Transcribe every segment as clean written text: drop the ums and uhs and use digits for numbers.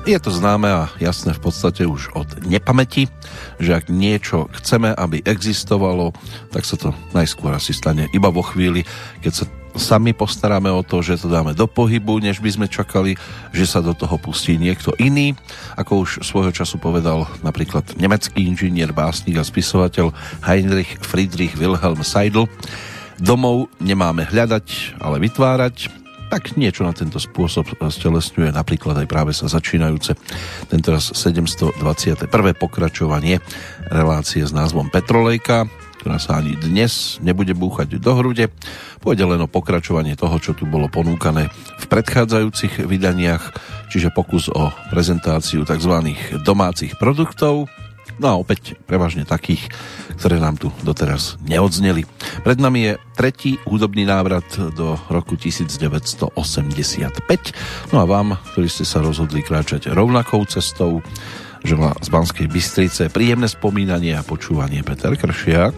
Je to známe a jasné v podstate už od nepamäti, že ak niečo chceme, aby existovalo, tak sa to najskôr asi stane iba vo chvíli, keď sa sami postaráme o to, že to dáme do pohybu, než by sme čakali, že sa do toho pustí niekto iný. Ako už svojho času povedal napríklad nemecký inžinier, básnik a spisovateľ Heinrich Friedrich Wilhelm Seidl, domov nemáme hľadať, ale vytvárať. Tak niečo na tento spôsob stelesňuje napríklad aj práve sa začínajúce tentoraz 721. pokračovanie relácie s názvom Petrolejka, ktorá sa ani dnes nebude búchať do hrude. Pôjde len o pokračovanie toho, čo tu bolo ponúkané v predchádzajúcich vydaniach, čiže pokus o prezentáciu tzv. Domácich produktov. No a opäť prevažne takých, ktoré nám tu doteraz neodzneli. Pred nami je tretí hudobný návrat do roku 1985. No a vám, ktorí ste sa rozhodli kráčať rovnakou cestou, želá z Banskej Bystrice príjemné spomínanie a počúvanie Peter Kršiak.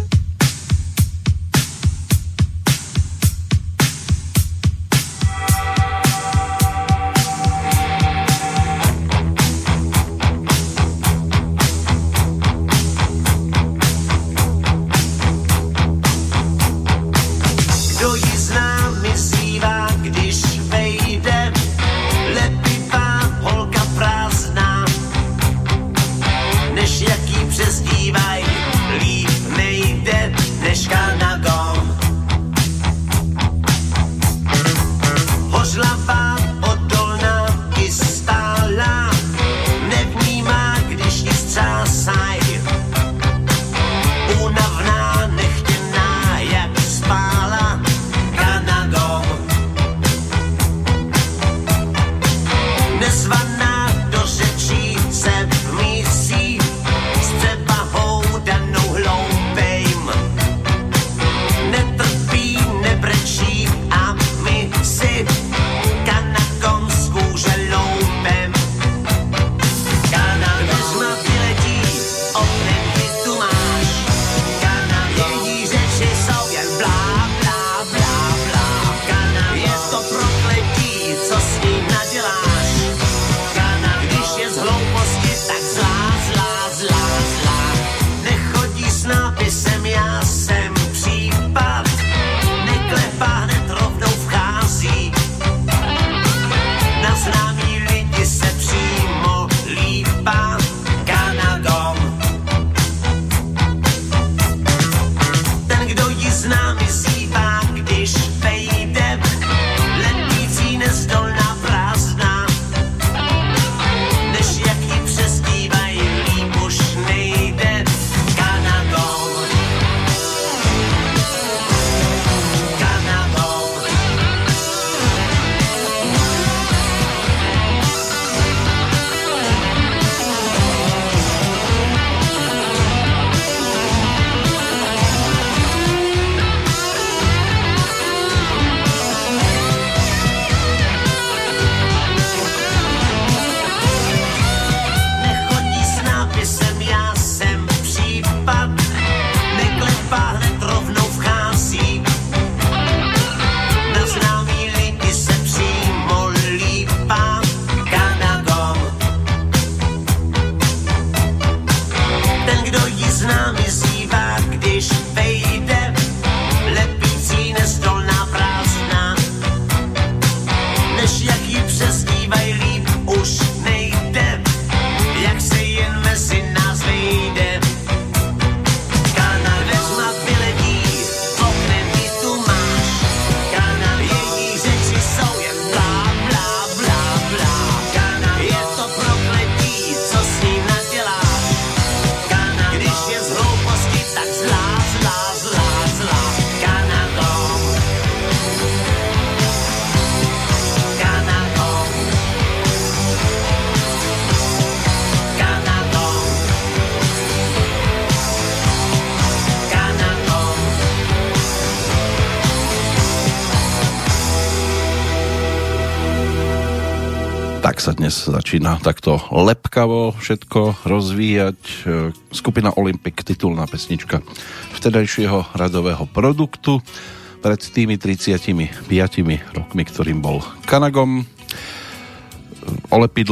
Tak sa dnes začína takto lepkavo všetko rozvíjať. Skupina Olympic, titulná pesnička vtedajšieho radového produktu pred tými 35 rokmi, ktorým bol Kanagom. O lepidle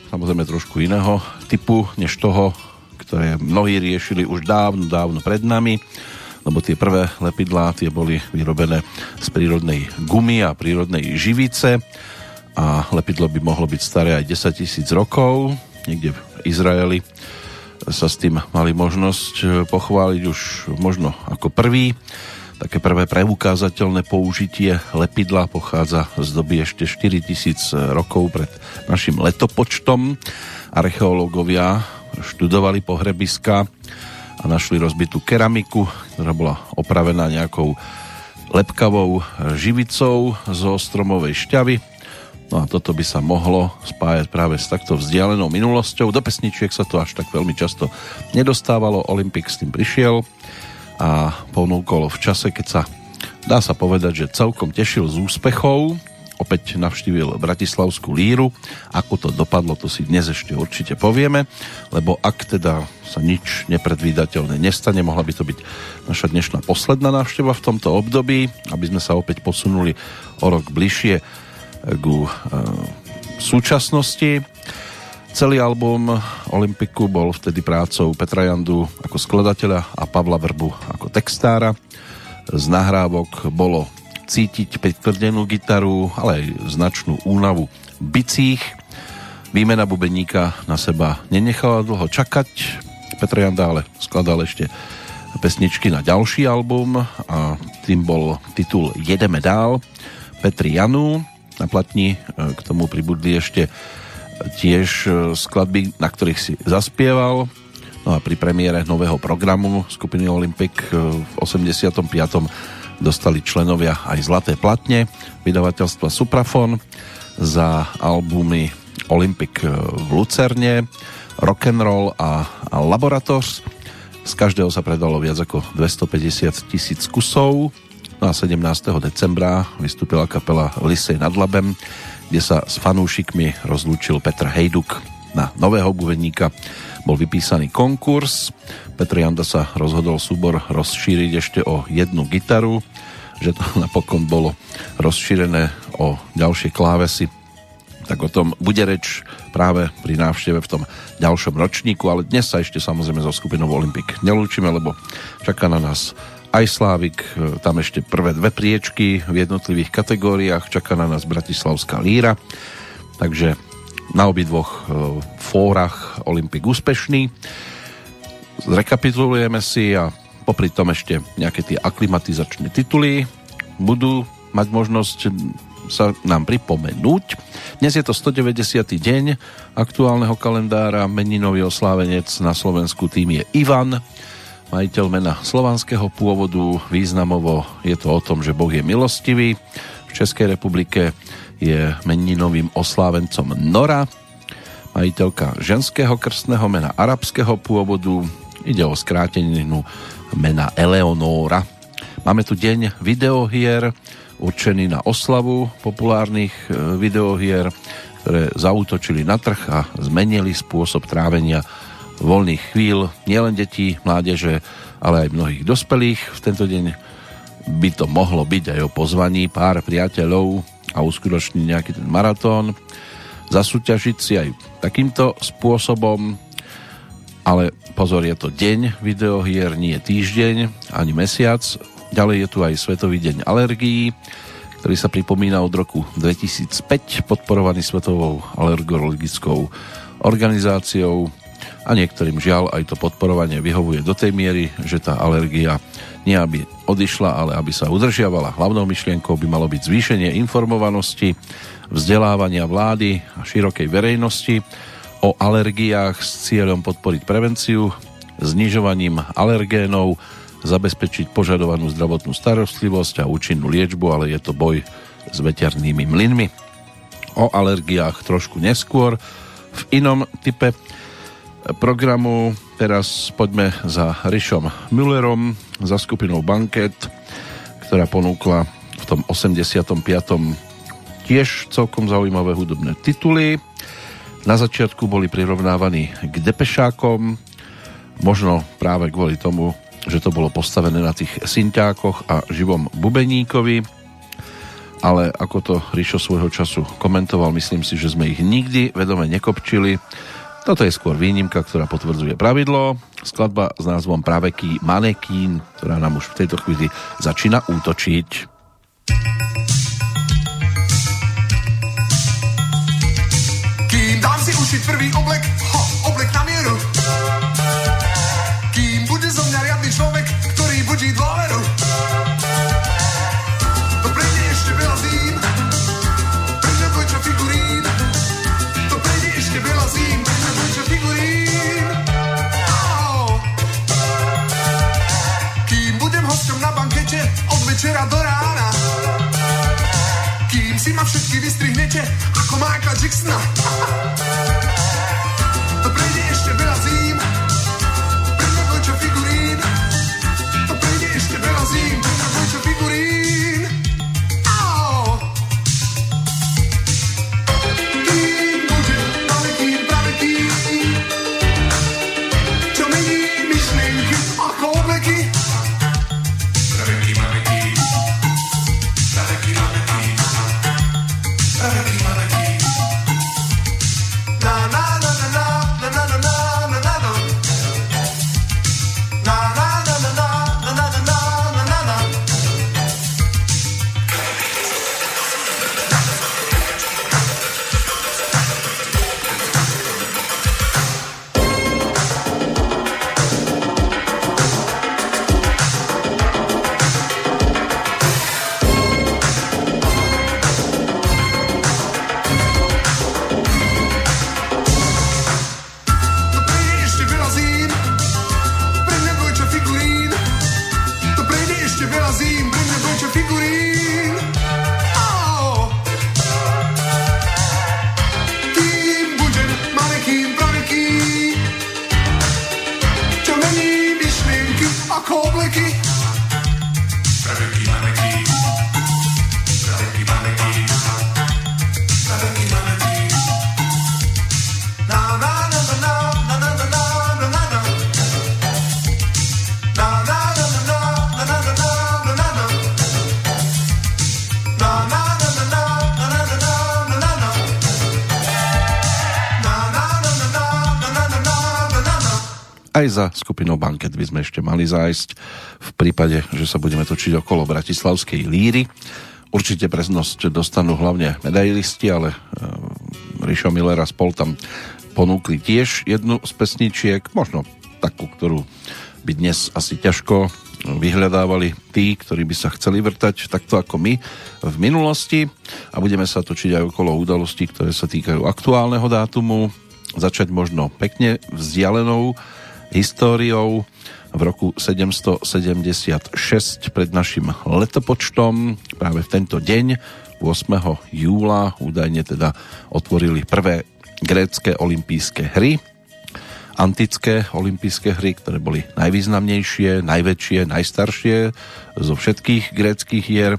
samozrejme trošku iného typu, než toho, ktoré mnohí riešili už dávno pred nami, lebo tie prvé lepidlá tie boli vyrobené z prírodnej gumy a prírodnej živice a lepidlo by mohlo byť staré aj 10 000 rokov. Niekde v Izraeli sa s tým mali možnosť pochváliť už možno ako prvý. Také prvé preukázateľné použitie lepidla pochádza z doby ešte 4000 rokov pred našim letopočtom. Archeológovia študovali pohrebiska a našli rozbitú keramiku, ktorá bola opravená nejakou lepkavou živicou zo stromovej šťavy. No a toto by sa mohlo spájať práve s takto vzdialenou minulosťou. Do pesničiek sa to až tak veľmi často nedostávalo. Olympik s tým prišiel a ponúkol v čase, keď sa, dá sa povedať, že celkom tešil z úspechov. Opäť navštívil Bratislavskú líru. Ako to dopadlo, to si dnes ešte určite povieme, lebo ak teda sa nič nepredvídateľné nestane, mohla by to byť naša dnešná posledná návšteva v tomto období, aby sme sa opäť posunuli o rok bližšie ku súčasnosti. Celý album Olympiku bol vtedy prácou Petra Jandu ako skladateľa a Pavla Vrbu ako textára. Z nahrávok bolo cítiť pritvrdenú gitaru, ale aj značnú únavu bicích. Výmena bubeníka na seba nenechala dlho čakať. Petr Janda ale skladal ešte pesničky na ďalší album a tým bol titul Jedeme dál Petri Janu. Na platni k tomu pribudli ešte tiež skladby, na ktorých si zaspieval. No a pri premiére nového programu skupiny Olympik v 85. dostali členovia aj zlaté platne vydavateľstva Suprafon za albumy Olympik v Lucerne, Rock'n'Roll a Laboratoř. Z každého sa predalo viac ako 250 000 kusov. No a 17. decembra vystúpila kapela Lisej nad Labem, kde sa s fanúšikmi rozlúčil Petr Hejduk. Na nového bubeníka bol vypísaný konkurs. Petr Janda sa rozhodol súbor rozšíriť ešte o jednu gitaru, že to napokon bolo rozšírené o ďalšie klávesy. Tak o tom bude reč práve pri návšteve v tom ďalšom ročníku, ale dnes sa ešte samozrejme so skupinou Olympik nelúčime, lebo čaká na nás aj Slávik, tam ešte prvé dve priečky v jednotlivých kategóriách, čaká na nás Bratislavská líra, takže na obidvoch fórach Olympik úspešný. Zrekapitulujeme si a popri tom ešte nejaké tie aklimatizačné tituly budú mať možnosť sa nám pripomenúť. Dnes je to 190. deň aktuálneho kalendára. Meninový oslávenec na Slovensku tým je Ivan, majiteľ mena slovanského pôvodu. Významovo je to o tom, že Boh je milostivý. V Českej republike je meninovým oslávencom Nora, majiteľka ženského krstného mena arabského pôvodu. Ide o skráteninu mena Eleonóra. Máme tu deň videohier, určený na oslavu populárnych videohier, ktoré zaútočili na trh a zmenili spôsob trávenia voľných chvíľ nielen detí, mládeže, ale aj mnohých dospelých. V tento deň by to mohlo byť aj o pozvaní pár priateľov a uskutočniť nejaký ten maratón, zasúťažiť si aj takýmto spôsobom, ale pozor, je to deň videohier, nie týždeň ani mesiac. Ďalej je tu aj Svetový deň alergií, ktorý sa pripomína od roku 2005, podporovaný Svetovou alergologickou organizáciou, a niektorým žiaľ aj to podporovanie vyhovuje do tej miery, že tá alergia nie aby odišla, ale aby sa udržiavala. Hlavnou myšlienkou by malo byť zvýšenie informovanosti, vzdelávania vlády a širokej verejnosti o alergiách s cieľom podporiť prevenciu, znižovaním alergénov, zabezpečiť požadovanú zdravotnú starostlivosť a účinnú liečbu, ale je to boj s veternými mlynmi. O alergiách trošku neskôr v inom type programu. Teraz poďme za Rišom Müllerom, za skupinou Banket, ktorá ponúkla v tom 85. tiež celkom zaujímavé hudobné tituly. Na začiatku boli prirovnávaní k depešákom, možno práve kvôli tomu, že to bolo postavené na tých synťákoch a živom bubeníkovi. ale ako to Rišo svojho času komentoval, myslím si, že sme ich nikdy vedome nekopčili. Toto je skôr výnimka, ktorá potvrdzuje pravidlo. Skladba s názvom Praveký manekín, ktorá nám už v tejto chvíli začína útočiť. Kým dám si ušiť prvý oblek, oblek na mieru. Kým bude zo mňa riadny človek, ktorý budí dôveru. To prejde ešte veľa zím, pre mňa dvojča figurín. To prejde ešte veľa zím, pre mňa dvojča figurín. Kým budem hosťom na bankete od večera do rána. Kým si ma všetky vystrihnete ako Michaela Jacksona. To prejde ešte veľa zím, pre mňa dvojča figurín. To prejde ešte veľa zím, pre mňa dvojča figurín. Kým bude manekín praveký, čo mení myšlienky ako obleky. Praveký manekín, praveký manekín, praveký manekín. Na na na na na na na na na na na na. Na na na na na na na na na na na. To prejde ešte veľa zím, pre mňa dvojča figurín. To prejde ešte veľa zím, pre mňa dvojča figurín. Kým budem manekín praveký, čo mení myšlienky ako obleky. Praveký manekín, praveký manekín, praveký manekín. Na na na na na na na na na na na. Na na na na na na na na na na na. Na na na na na na na na na na na na. Na na na na na na na na na na. Aj za skupinou Banket by sme ešte mali zájsť v prípade, že sa budeme točiť okolo bratislavskej líry. Určite prednosť dostanú hlavne medailisti, ale Rišo Miller a spol tam ponúkli tiež jednu z pesničiek, možno takú, ktorú by dnes asi ťažko vyhľadávali tí, ktorí by sa chceli vrtať takto ako my v minulosti, a budeme sa točiť aj okolo udalostí, ktoré sa týkajú aktuálneho dátumu, začať možno pekne vzdialenou históriou. V roku 776 pred našim letopočtom práve v tento deň 8. júla údajne teda otvorili prvé grécke olympijské hry. Antické olympijské hry, ktoré boli najvýznamnejšie, najväčšie, najstaršie zo všetkých gréckych hier,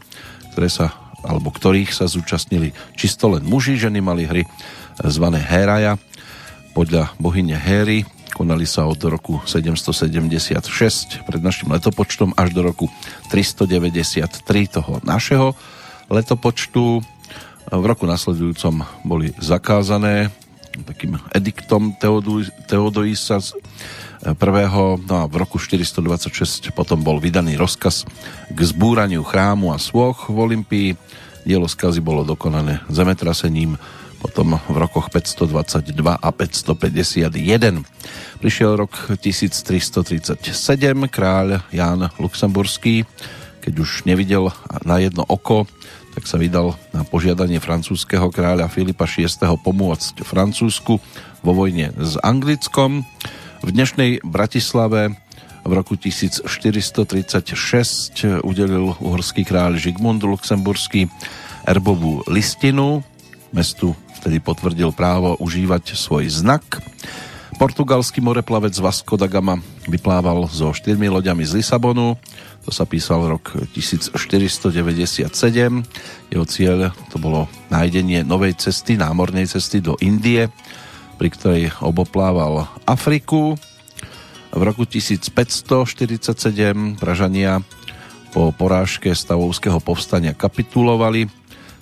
ktorých sa zúčastnili čisto len muži. Ženy mali hry zvané Héraja podľa bohyne Héry. Konali sa od roku 776 pred našim letopočtom až do roku 393 toho našeho letopočtu. V roku nasledujúcom boli zakázané takým ediktom Theodoisa I. No a v roku 426 potom bol vydaný rozkaz k zbúraniu chrámu a sôch v Olympii. Dielo skazy bolo dokonané zemetrasením potom v rokoch 522 a 551. Prišiel rok 1337, kráľ Ján Luxemburský, keď už nevidel na jedno oko, tak sa vydal na požiadanie francúzskeho kráľa Filipa VI. Pomôcť Francúzsku vo vojne s Anglickom. V dnešnej Bratislave v roku 1436 udelil uhorský kráľ Žigmund Luxemburský erbovú listinu. Mestu vtedy potvrdil právo užívať svoj znak. Portugalský moreplavec Vasco da Gama vyplával so 4 loďami z Lisabonu. To sa písal rok 1497. Jeho cieľ to bolo nájdenie novej cesty, námornej cesty do Indie, pri ktorej oboplával Afriku. V roku 1547 Pražania po porážke stavovského povstania kapitulovali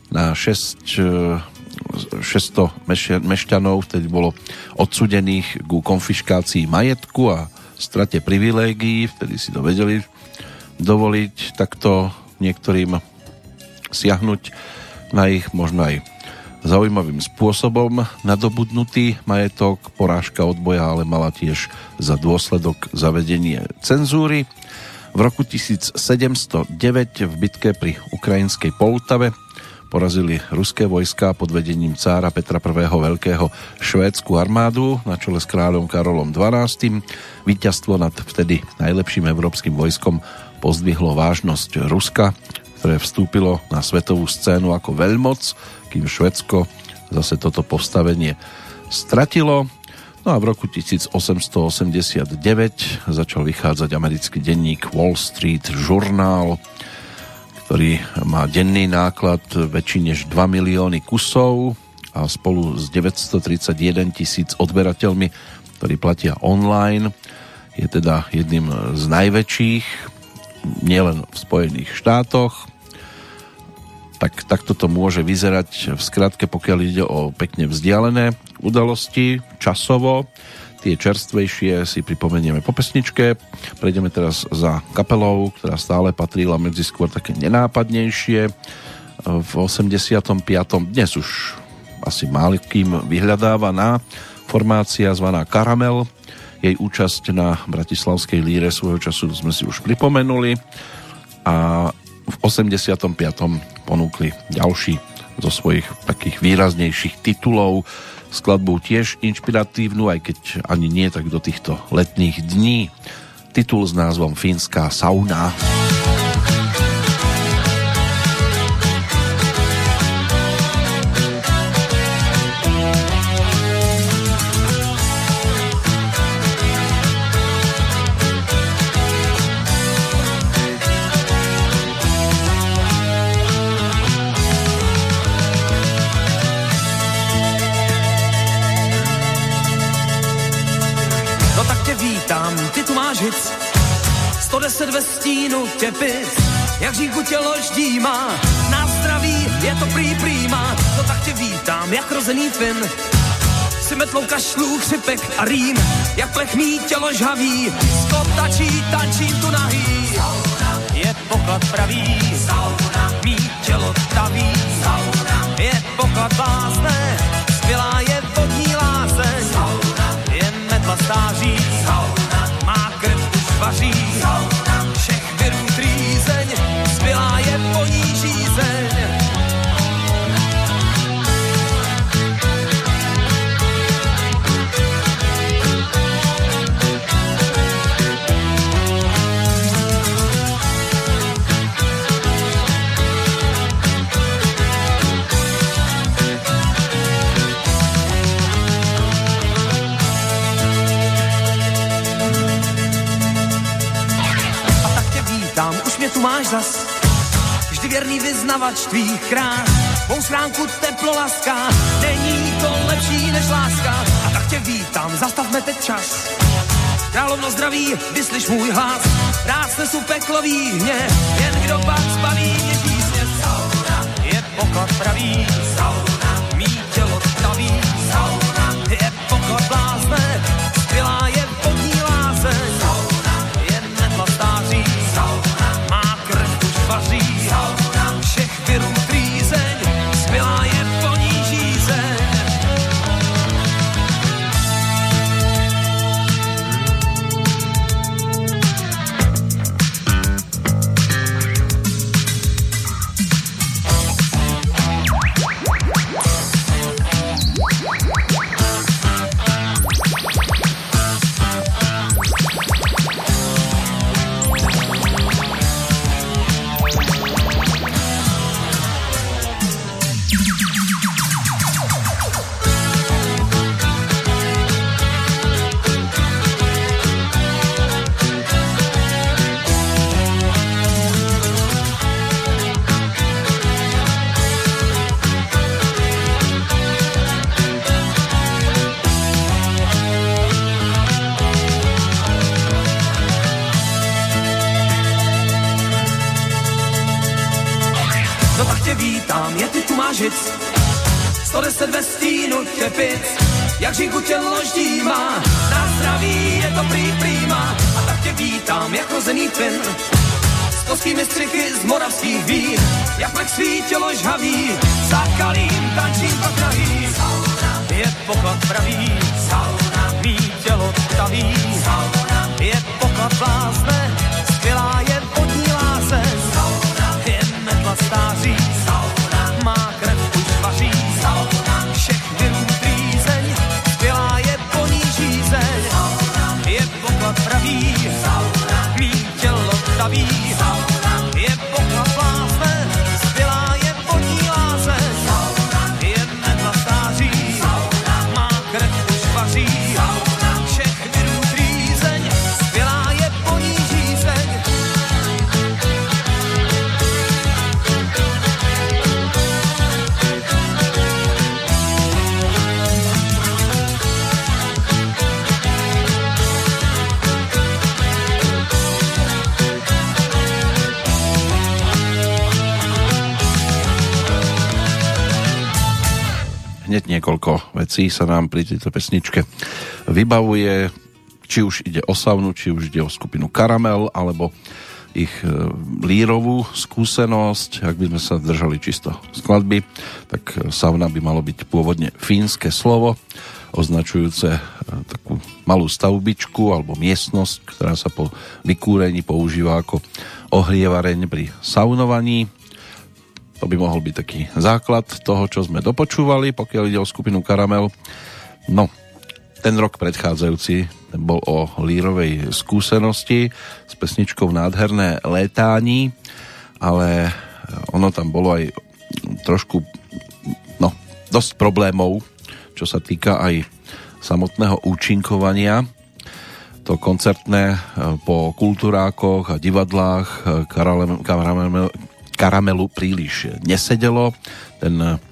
na 600 mešťanov, vtedy bolo odsúdených ku konfiškácii majetku a strate privilégií, vtedy si to vedeli dovoliť takto niektorým siahnuť na ich možno aj zaujímavým spôsobom nadobudnutý majetok. Porážka odboja ale mala tiež za dôsledok zavedenie cenzúry. V roku 1709 v bitke pri ukrajinskej Poltave porazili ruské vojska pod vedením cára Petra I. Veľkého švédsku armádu na čele s kráľom Karolom XII. Víťazstvo nad vtedy najlepším európskym vojskom pozdvihlo vážnosť Ruska, ktoré vstúpilo na svetovú scénu ako veľmoc, kým Švédsko zase toto postavenie stratilo. No a v roku 1889 začal vychádzať americký denník Wall Street Journal, ktorý má denný náklad väčší než 2 milióny kusov a spolu s 931 000 odberateľmi, ktorí platia online, je teda jedným z najväčších nielen v Spojených štátoch. Takto to môže vyzerať v skratke, pokiaľ ide o pekne vzdialené udalosti časovo. Tie čerstvejšie si pripomenieme po pesničke. Prejdeme teraz za kapelou, ktorá stále patrila medzi skôr také nenápadnejšie. V 85. dnes už asi málkým vyhľadávaná formácia zvaná Karamel. Jej účasť na bratislavskej líre svojho času sme si už pripomenuli a v 85. ponúkli ďalší zo svojich takých výraznejších titulov, skladbu tiež inšpiratívnu, aj keď ani nie tak do týchto letných dní. Titul s názvom Fínska sauna. Ty tu máš hic, 110 ve stínu těpic, jak říku tělo ždí má, na zdraví je to prýma, no tak tě vítám, jak rozený Fin, si metlou kašlů, chřipek a rým, jak plech mý tělo žhaví, skotačí, tančím tu nahý, je poklad pravý, mý tělo taví, je poklad blázne, skvělá je vodní lázeň, je metla stáří, má krev už vaří, všech virů trýzeň, zbylá je po ní žízeň. Tu máš zas, vždy věrný vyznavač tvých krás, mou schránku teplo laská, není to lepší než láska, a tak tě vítám, zastavme teď čas. Královno zdraví, vyslyš můj hlas, rád snesu peklový hněv, jen kdo pak zbaví mě žízně. Sauna je poklad pravý, sauna mý tělo taví, sauna je poklad blázne, skvělá je vodní lázeň, sauna je metla stáří, vaří, všech virů trýzeň, zbylá je po ní žízeň. tmářic, 110 ve stínu těpic, jak říku tě loždí má, na zdraví je to prýma, a tak tě vítám jak rozený pin, s polskými střichy z moravských vín, jak pak svítilo žhavý, za kalím tančím pak nahý, je poklad pravý, mý tělo taví, je poklad blázne, skvělá je vodní lázeň, je metla stáří, má krev už vaří, všech virů trýzeň, skvělá je poní žízeň, je poklad pravý, mý tělo taví, je poklad blázne, skvělá je vodní lázeň, je metla stáří, má krev už vaří, všech virů trýzeň, skvělá je poní žízeň. Hneď niekoľko vecí sa nám pri tejto pesničke vybavuje, či už ide o saunu, či už ide o skupinu Karamel, alebo ich lírovú skúsenosť. Ak by sme sa držali čisto skladby, tak sauna by malo byť pôvodne fínske slovo, označujúce takú malú stavbičku alebo miestnosť, ktorá sa po vykúrení používa ako ohrievareň pri saunovaní. To by mohol byť taký základ toho, čo sme dopočúvali, pokiaľ ide o skupinu Karamel. No, ten rok predchádzajúci bol o lírovej skúsenosti s pesničkou Nádherné létání, ale ono tam bolo aj trošku, no, dosť problémov, čo sa týka aj samotného účinkovania. To koncertné po kultúrákoch a divadlách Karamelu príliš nesedelo. Ten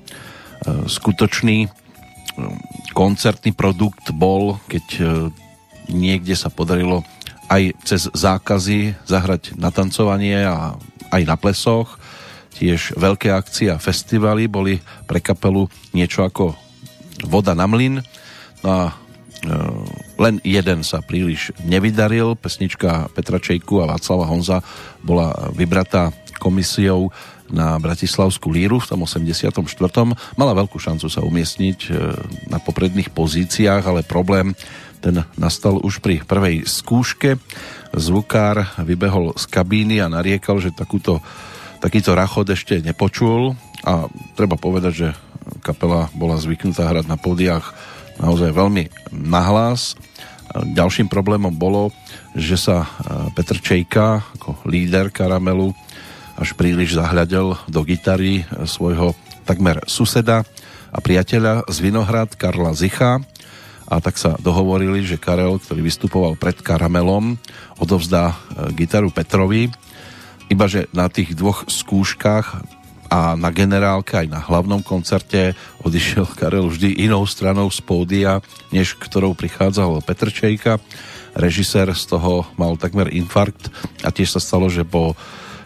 skutočný koncertný produkt bol, keď niekde sa podarilo aj cez zákazy zahrať na tancovanie a aj na plesoch. Tiež veľké akcie a festivaly boli pre kapelu niečo ako voda na mlyn. No a len jeden sa príliš nevydaril. Pesnička Petra Čejku a Václava Honza bola vybratá komisiou na Bratislavskú líru v tom 84. Mala veľkú šancu sa umiestniť na popredných pozíciách, ale problém ten nastal už pri prvej skúške. Zvukár vybehol z kabíny a nariekal, že takýto rachot ešte nepočul, a treba povedať, že kapela bola zvyknutá hrať na pódiách naozaj veľmi nahlas. Ďalším problémom bolo, že sa Petr Čejka ako líder Karamelu až príliš zahľadel do gitary svojho takmer suseda a priateľa z Vinohrad Karla Zicha, a tak sa dohovorili, že Karel, ktorý vystupoval pred Karamelom, odovzdá gitaru Petrovi, ibaže na tých dvoch skúškach a na generálke aj na hlavnom koncerte odišiel Karel vždy inou stranou z pódia, než ktorou prichádzal Petr Čejka. Režisér z toho mal takmer infarkt a tiež sa stalo, že po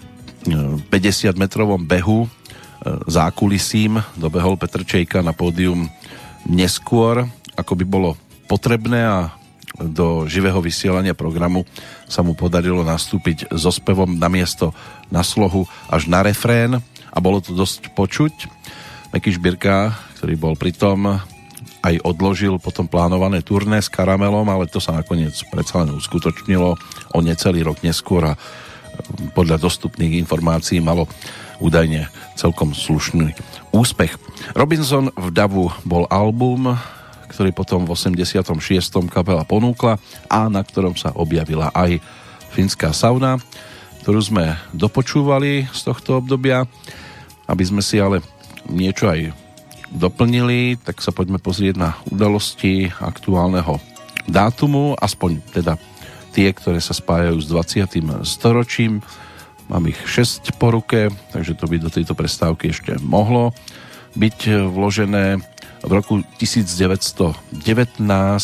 50-metrovom behu zákulisím dobehol Petr Čejka na pódium neskôr, ako by bolo potrebné, a do živého vysielania programu sa mu podarilo nastúpiť so spevom namiesto na slohu až na refrén a bolo to dosť počuť. Meky Žbírka, ktorý bol pritom, aj odložil potom plánované turné s Karamelom, ale to sa nakoniec predsa len uskutočnilo o necelý rok neskôr a podľa dostupných informácií malo údajne celkom slušný úspech. Robinson v davu bol album, ktorý potom v 86. kapela ponúkla a na ktorom sa objavila aj fínska sauna, ktorú sme dopočúvali z tohto obdobia. Aby sme si ale niečo aj doplnili, tak sa poďme pozrieť na udalosti aktuálneho dátumu, aspoň teda tie, ktoré sa spájajú s 20. storočím. Mám ich 6 po ruke, takže to by do tejto prestávky ešte mohlo byť vložené. V roku 1919,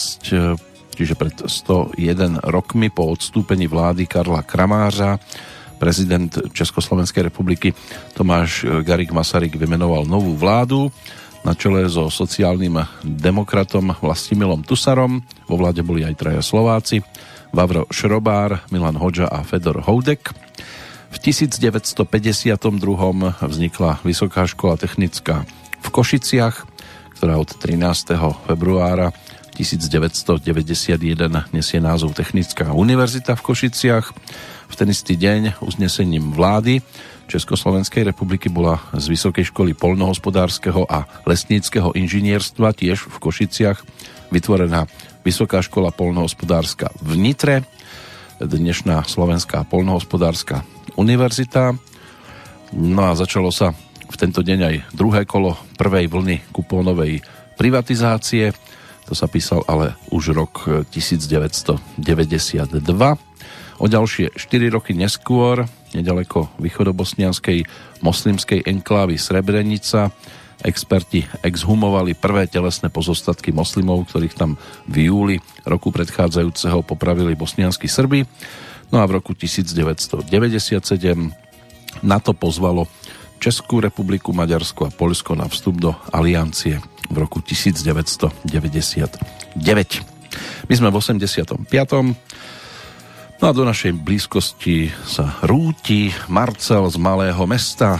čiže pred 101 rokmi po odstúpení vlády Karla Kramářa, prezident Československej republiky Tomáš Garrigue Masaryk vymenoval novú vládu na čele so sociálnym demokratom Vlastimilom Tusarom. Vo vláde boli aj traja Slováci, Vavro Šrobár, Milan Hodža a Fedor Houdek. V 1952 vznikla Vysoká škola technická v Košiciach, ktorá od 13. februára 1991 nesie názov Technická univerzita v Košiciach. V ten istý deň uznesením vlády Československej republiky bola z Vysokej školy poľnohospodárskeho a lesníckeho inžinierstva tiež v Košiciach vytvorená Vysoká škola poľnohospodárska v Nitre, dnešná Slovenská poľnohospodárska univerzita. No a začalo sa v tento deň aj druhé kolo prvej vlny kupónovej privatizácie. To sa písal ale už rok 1992. O ďalšie 4 roky neskôr, nedaleko východobosnianskej moslimskej enklávy Srebrenica, experti exhumovali prvé telesné pozostatky moslimov, ktorých tam v júli roku predchádzajúceho popravili bosnianskí Srbi. No a v roku 1997 NATO pozvalo Českú republiku, Maďarsko a Poľsko na vstup do aliancie v roku 1999. My sme v 85. No a do našej blízkosti sa rúti Marcel z Malého Mesta.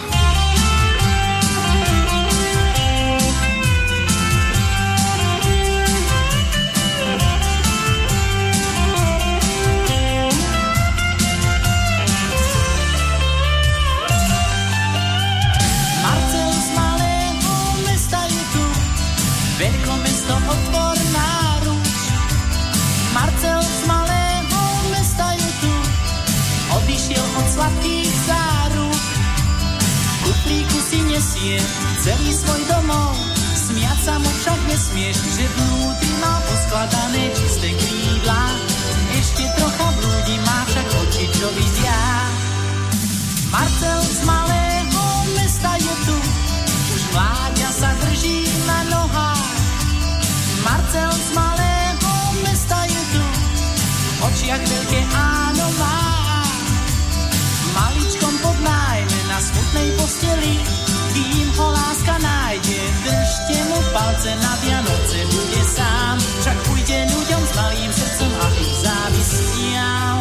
Celý svoj domov, smiať sa mu však nesmieš, že vnútri má poskladané čisté krídla. Ešte trocha blúdi, má však oči, čo vidia. Marcel z Malého Mesta je tu, už mláďa sa drží na nohách. Marcel z Malého Mesta je tu, v očiach veľké áno má. Maličkom podnájme na smutnej posteli, kým ho láska nájde, držte mu palce, na Vianoce bude sám, však ujde ľuďom s malým srdcom a ich závistiam.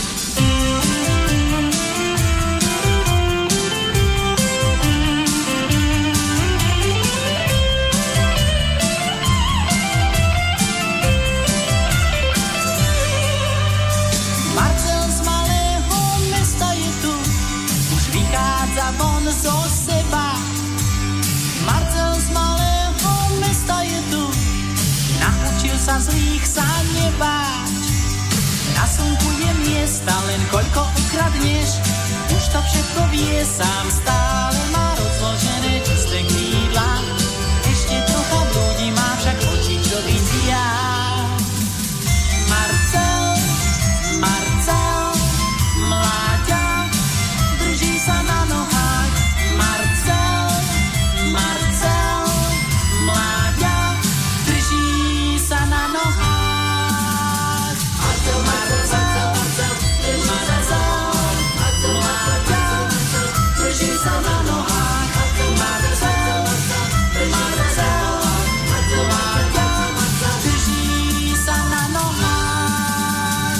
Marcel z Malého Mesta je tu, už vychádza von zo seba. Marcel z Malého Mesta je tu, naučil sa zlých sa nebáť. Na slnku je miesta, len koľko ukradneš, už to všetko vie sám, stále má rozložené čisté krídla. Ešte trocha blúdi, má však oči, čo vidia. Marcel, Marcel, mláďa, drží sa na nohách. Marcel, Marcel, mláďa, drží sa na nohách. Marcel, Marcel, Marcel, mláďa, drží sa na nohách. Marcel, Marcel, mláďa, drží sa na nohách.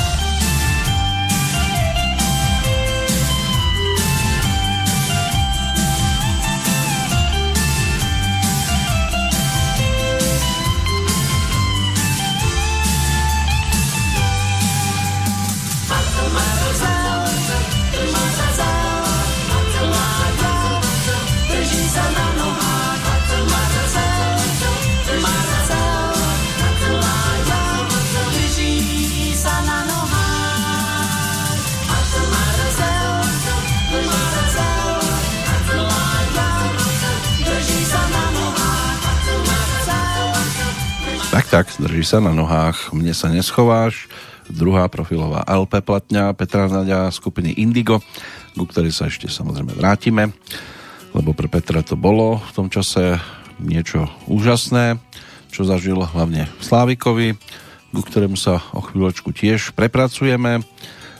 Tak, drží sa na nohách, mne sa neschováš. Druhá profilová LP platňa Petra Naďa skupiny Indigo, ku ktorej sa ešte samozrejme vrátime, lebo pre Petra to bolo v tom čase niečo úžasné, čo zažil hlavne v Slávikovi, ku ktorému sa o chvíľočku tiež prepracujeme.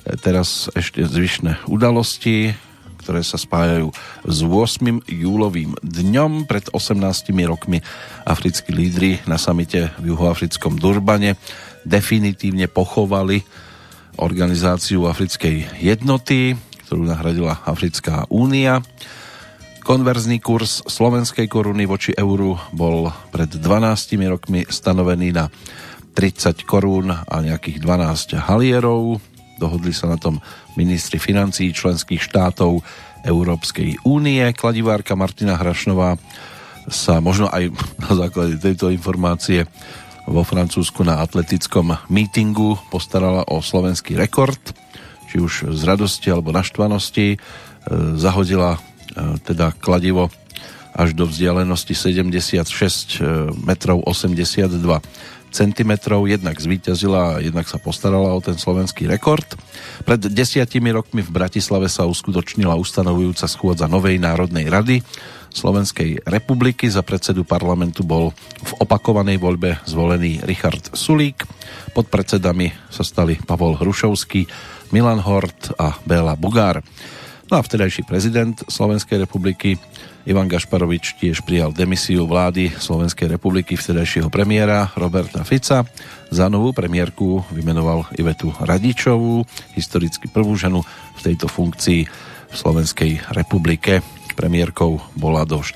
Teraz ešte zvyšné udalosti, ktoré sa spájajú s 8. júlovým dňom. Pred 18 rokmi africkí lídri na samite v juhoafrickom Durbane definitívne pochovali Organizáciu africkej jednoty, ktorú nahradila Africká únia. Konverzný kurz slovenskej koruny voči euru bol pred 12 rokmi stanovený na 30 korún a nejakých 12 halierov. Dohodli sa na tom ministri financií členských štátov Európskej únie. Kladivárka Martina Hrašnová sa možno aj na základe tejto informácie vo Francúzsku na atletickom mítingu postarala o slovenský rekord, či už z radosti alebo naštvanosti. Zahodila teda kladivo až do vzdialenosti 76 metrov 82 centimetrov, jednak zvíťazila a jednak sa postarala o ten slovenský rekord. Pred 10 rokmi v Bratislave sa uskutočnila ustanovujúca schôdza novej Národnej rady Slovenskej republiky. Za predsedu parlamentu bol v opakovanej voľbe zvolený Richard Sulík. Pod predsedami sa stali Pavol Hrušovský, Milan Hort a Béla Bugár. No a vtedajší prezident Slovenskej republiky Ivan Gašparovič tiež prijal demisiu vlády Slovenskej republiky vtedajšieho premiéra Roberta Fica. Za novú premiérku vymenoval Ivetu Radičovú, historicky prvú ženu v tejto funkcii v Slovenskej republike. Premiérkou bola do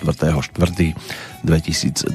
4.4.2012.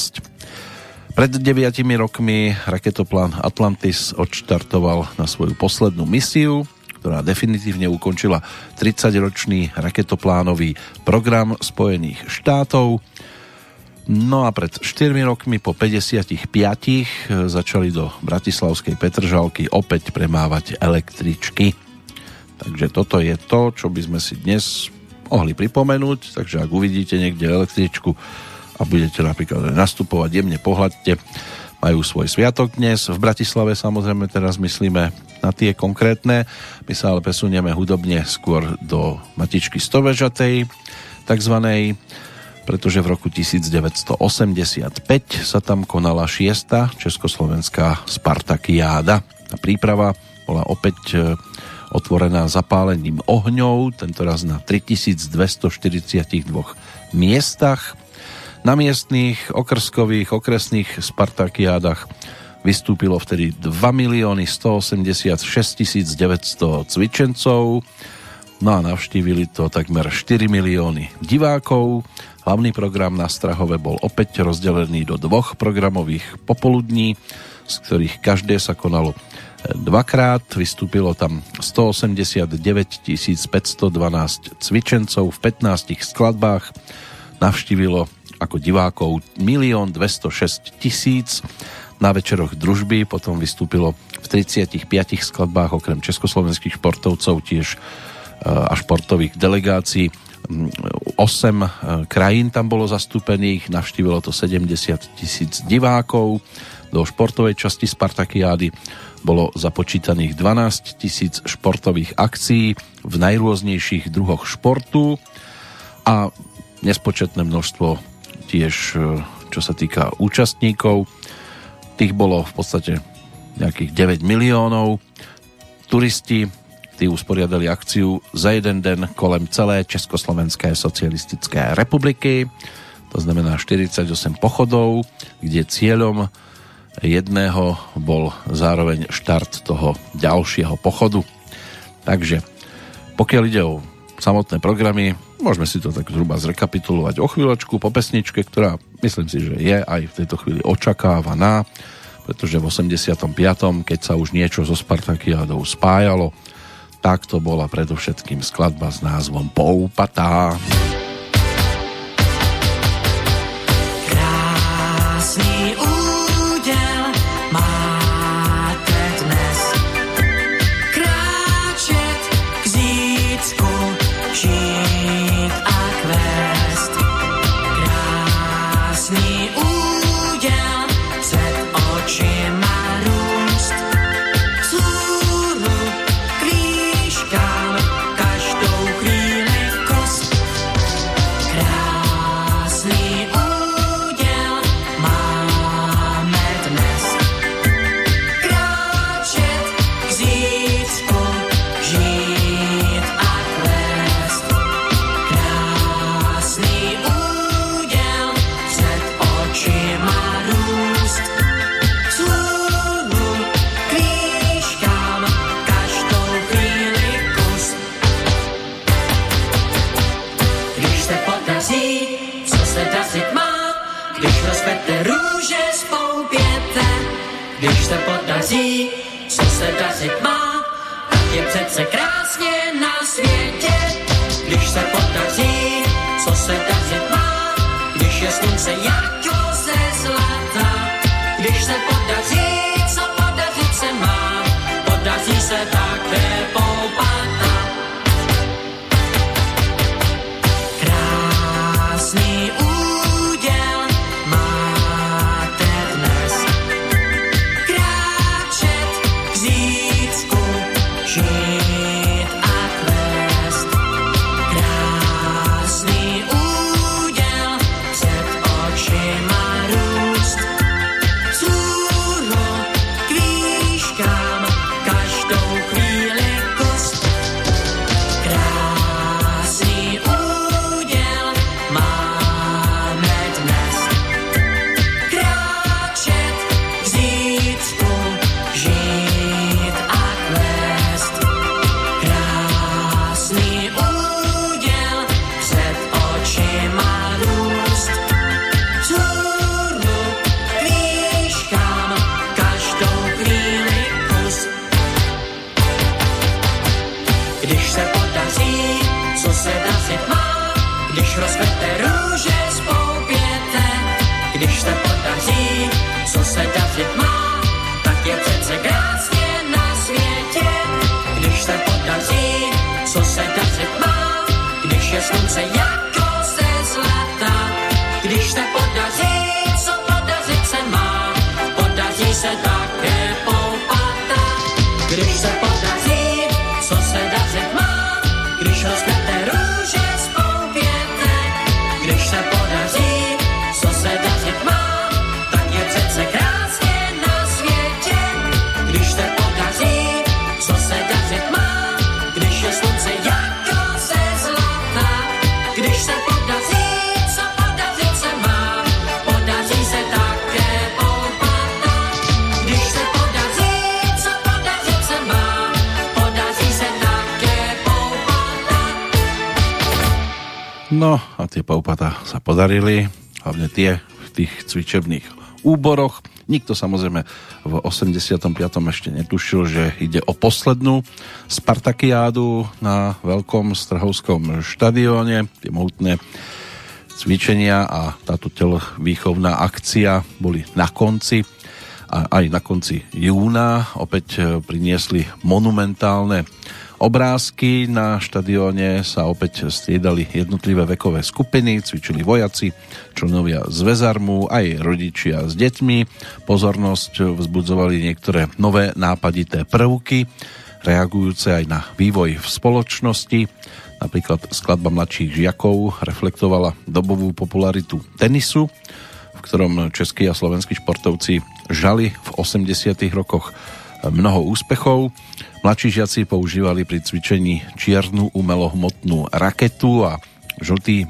Pred 9 rokmi raketoplán Atlantis odštartoval na svoju poslednú misiu, ktorá definitívne ukončila 30-ročný raketoplánový program Spojených štátov. No a pred 4 rokmi po 55 začali do bratislavskej Petržalky opäť premávať električky. Takže toto je to, čo by sme si dnes mohli pripomenúť. Takže ak uvidíte niekde električku a budete napríklad nastupovať, jemne pohľadte, majú svoj sviatok dnes. V Bratislave samozrejme teraz myslíme na tie konkrétne. My sa ale presunieme hudobne skôr do Matičky Stovežatej, takzvanej, pretože v roku 1985 sa tam konala 6. československá Spartakiáda. Tá príprava bola opäť otvorená zapálením ohňov, tentoraz na 3242 miestach. Na miestnych, okrskových, okresných Spartakiádach vystúpilo vtedy 2 186 900 cvičencov, no a navštívili to takmer 4 milióny divákov. Hlavný program na Strahove bol opäť rozdelený do 2 programových popoludní, z ktorých každé sa konalo dvakrát. Vystúpilo tam 189 512 cvičencov v 15 skladbách. Navštívilo ako divákov 1 206 000. Na večeroch družby potom vystúpilo v 35 skladbách okrem československých športovcov tiež a športových delegácií 8 krajín tam bolo zastúpených, navštívilo to 70 000 divákov. Do športovej časti Spartakiády bolo započítaných 12 000 športových akcií v najrôznejších druhoch športu a nespočetné množstvo tiež, čo sa týka účastníkov. Tých bolo v podstate nejakých 9 miliónov. Turisti, tí usporiadali akciu za jeden den kolem celé Československé socialistické republiky. To znamená 48 pochodov, kde cieľom jedného bol zároveň štart toho ďalšieho pochodu. Takže pokiaľ ide o samotné programy, môžeme si to tak zhruba zrekapitulovať o chvíľočku po pesničke, ktorá myslím si, že je aj v tejto chvíli očakávaná, pretože v 85., keď sa už niečo so Spartakiádou spájalo, tak to bola predovšetkým skladba s názvom Poupatá. Krásný úděl máte dnes, kráčet k zítřku, žít a kvést. Krásný úděl před očima růst, vzhůru k výškám každou chvíli kost. co se dařit má, tak je přece krásně na světě. Když se podaří, co se dařit má, když je slunce jako ze zlata. Když se podaří, co podařit se má, podaří se také poupata. Krásný úděl máte dnes, kráčet k zítřku, žít a kvést. Krásný úděl před očima růst, vzhůru k výškám každou chvíli kus. Krásný úděl máme dnes, kráčet k zítřku, žít a kvést. Krásný úděl před očima růst, vzhůru k výškám každou chvíli kus. Když se podaří, co se dařit má, když rozkvete růže spou květem. Když se podaří, co se dařit má, tak je přece krásně na světě. Když se podaří, co se dařit má, když je slunce jako ze zlata. Když se podaří, co podařit se má, podaří se také poupata. Když se podaří, co se dařit má, když rozkvete růže spou květem. Když se podaří, co se dařit má, tak je přece krásně na světě. Když se podaří, co se dařit má, když je slunce jako ze zlata. Když se podaří, co podařit se má, podaří se také poupata. Když se podaří, co podařit se má, podaří se také poupata. No a tie poupata sa podarili, hlavne tie v tých cvičebných úboroch. Nikto samozrejme v 85. ešte netušil, že ide o poslednú Spartakiádu na veľkom strhovskom štadióne. Tie mohutné cvičenia a táto telovýchovná akcia boli na konci. A aj na konci júna opäť priniesli monumentálne obrázky. Na štadióne sa opäť striedali jednotlivé vekové skupiny, cvičili vojaci, členovia zväzarmu, aj rodičia s deťmi. Pozornosť vzbudzovali niektoré nové nápadité prvky, reagujúce aj na vývoj v spoločnosti. Napríklad skladba mladších žiakov reflektovala dobovú popularitu tenisu, v ktorom českí a slovenskí športovci žali v 80. rokoch mnoho úspechov. Mladší žiaci používali pri cvičení čiernu umelohmotnú raketu a žltú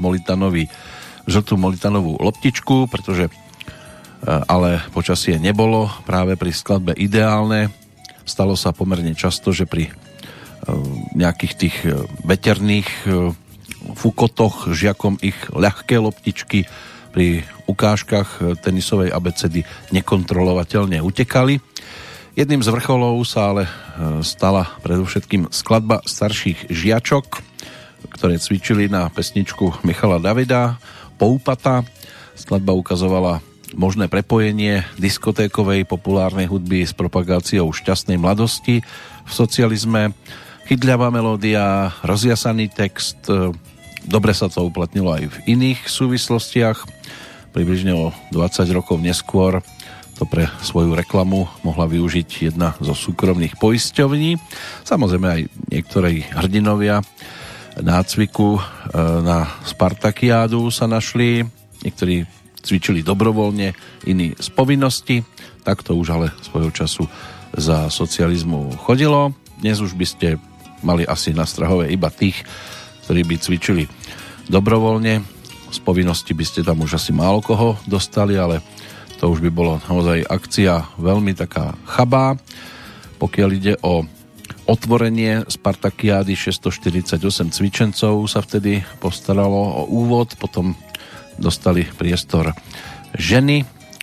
molitanovú loptičku, pretože ale počasie nebolo práve pri skladbe ideálne. Stalo sa pomerne často, že pri nejakých tých veterných fukotoch žiakom ich ľahké loptičky pri ukážkach tenisovej abecedy nekontrolovateľne utekali. Jedným z vrcholov sa ale stala predovšetkým skladba starších žiačok, ktoré cvičili na pesničku Michala Davida Poupata. Skladba ukazovala možné prepojenie diskotékovej populárnej hudby s propagáciou šťastnej mladosti v socializme. Chytľavá melódia, rozjasaný text, dobre sa to uplatnilo aj v iných súvislostiach. Približne o 20 rokov neskôr to pre svoju reklamu mohla využiť jedna zo súkromných poisťovní. Samozrejme aj niektorí hrdinovia nácviku na Spartakiádu sa našli. Niektorí cvičili dobrovoľne, iní z povinnosti. Tak to už ale svojho času za socializmu chodilo. Dnes už by ste mali asi na Strahove iba tých, ktorí by cvičili dobrovoľne. Z povinnosti by ste tam už asi málo koho dostali, ale to už by bolo naozaj akcia veľmi taká chabá. Pokiaľ ide o otvorenie Spartakiády, 648 cvičencov sa vtedy postaralo o úvod, potom dostali priestor ženy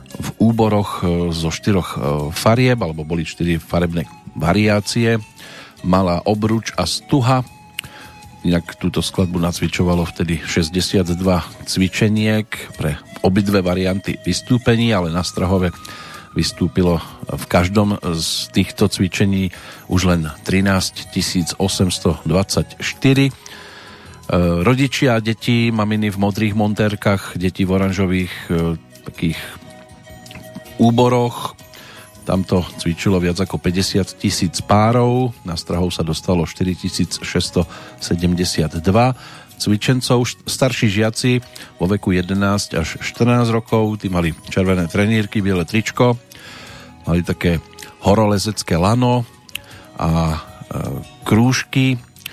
v úboroch zo 4 farieb, alebo boli 4 farebné variácie. Malá obruč a stuha. Inak túto skladbu nacvičovalo vtedy 62 cvičeniek pre obidve varianty vystúpení, ale na Strahove vystúpilo v každom z týchto cvičení už len 13 824. Rodičia a deti, maminy v modrých montérkach, deti v oranžových takých úboroch. Tamto cvičilo viac ako 50 000 párov. Na Strahov sa dostalo 4672 cvičencov. Starší žiaci vo veku 11 až 14 rokov, tí mali červené trenírky, biele tričko, mali také horolezecké lano a krúžky.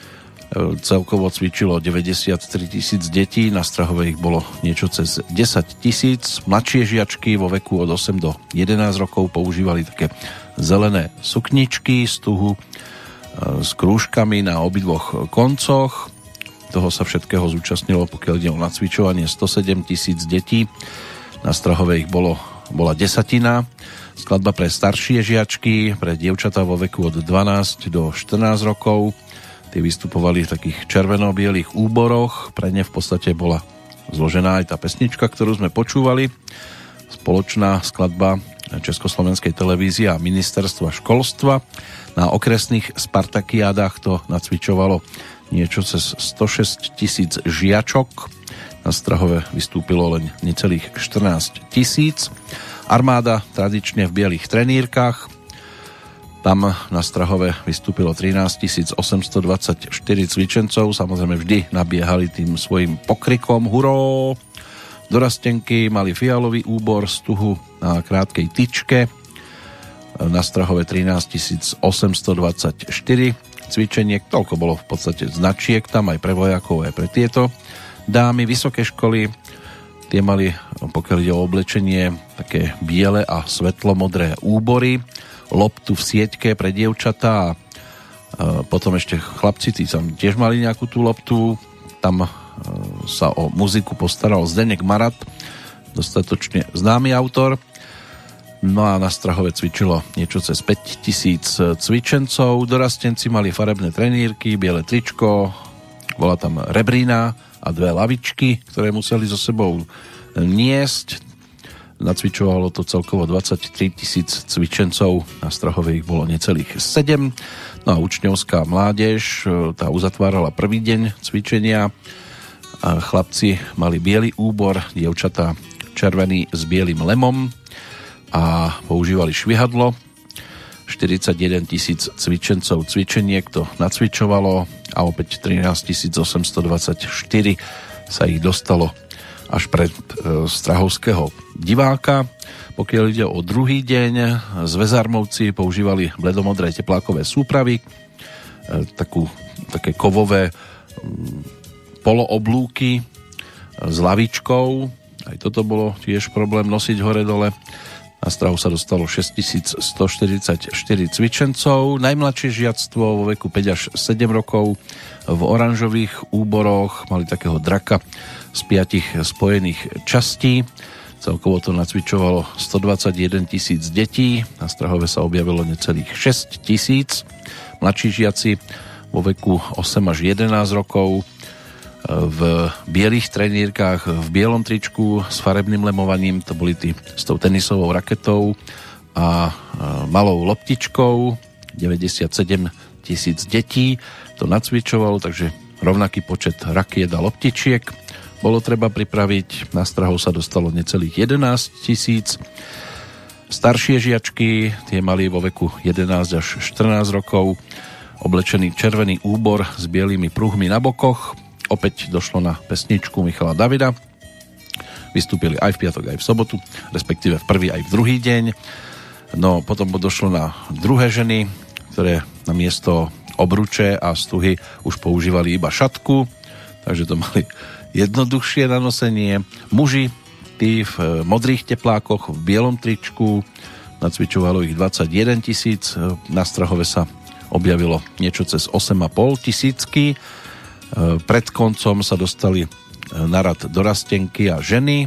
Celkovo cvičilo 93 000 detí, na Strahove ich bolo niečo cez 10 000. Mladšie žiačky vo veku od 8 do 11 rokov používali také zelené sukničky z tuhu s krúžkami na obidvoch koncoch. Toho sa všetkého zúčastnilo, pokiaľ ide o nacvičovanie, 107 000 detí. Na Strahove ich bola desatina. Skladba pre staršie žiačky, pre dievčatá vo veku od 12 do 14 rokov. Tie vystupovali v takých červeno-bielých úboroch. Pre ne v podstate bola zložená aj tá pesnička, ktorú sme počúvali. Spoločná skladba Československej televízie a ministerstva školstva. Na okresných spartakiádach to nacvičovalo niečo cez 106 000 žiačok. Na Strahove vystúpilo len necelých 14 000. Armáda tradične v bielých trenírkach. Tam na Strahove vystúpilo 13 824 cvičencov. Samozrejme vždy nabiehali tým svojim pokrikom. Huró! Dorastenky mali fialový úbor z tuhu na krátkej tyčke. Na Strahove 13 824 cvičeniek. Toľko bolo v podstate značiek tam aj pre vojakov, aj pre tieto dámy. Vysoké školy, tie mali, pokiaľ ide o oblečenie, také biele a svetlomodré úbory. Loptu v sieťke pre dievčatá a potom ešte chlapci, tí tam tiež mali nejakú tú loptu. Tam sa o muziku postaral Zdeněk Marat, dostatočne známy autor. No a na Strahove cvičilo niečo cez 5 000 cvičencov. Dorastenci mali farebné trenírky, biele tričko, bola tam rebrína a 2 lavičky, ktoré museli so sebou niesť. Nacvičovalo to celkovo 23 000 cvičencov, na Strahove ich bolo necelých 7. No a učňovská mládež, tá uzatvárala prvý deň cvičenia. A chlapci mali biely úbor, dievčatá červený s bielým lemom a používali švihadlo. 41 000 cvičencov cvičeniek to nacvičovalo a opäť 13 824 sa ich dostalo až pred strahovského diváka. Pokiaľ ide o druhý deň, zväzarmovci používali bledomodré teplákové súpravy, také kovové polooblúky s lavičkou. Aj toto bolo tiež problém nosiť hore-dole. Na Strahu sa dostalo 6144 cvičencov. Najmladšie žiactvo vo veku 5 až 7 rokov v oranžových úboroch mali takého draka z 5 spojených častí. Celkovo to nacvičovalo 121 000 detí. Na Strahove sa objavilo necelých 6 000. Mladší žiaci vo veku 8 až 11 rokov v bielých trenírkach, v bielom tričku s farebným lemovaním, to boli tí s tou tenisovou raketou a malou loptičkou. 97 000 detí to nacvičovalo, takže rovnaký počet rakiet a loptičiek bolo treba pripraviť. Na Strahov sa dostalo necelých 11 000. Staršie žiačky, tie mali vo veku 11 až 14 rokov oblečený červený úbor s bielými pruhmi na bokoch. Opäť došlo na pesničku Michala Davida. Vystúpili aj v piatok, aj v sobotu, respektíve v prvý aj v druhý deň. No potom došlo na druhé ženy, ktoré na miesto obruče a stuhy už používali iba šatku, takže to mali jednoduchšie na nosenie. Muži, tí v modrých teplákoch, v bielom tričku, nacvičovalo ich 21 000. Na Strahove sa objavilo niečo cez 8 500. Pred koncom sa dostali na rad dorastenky a ženy.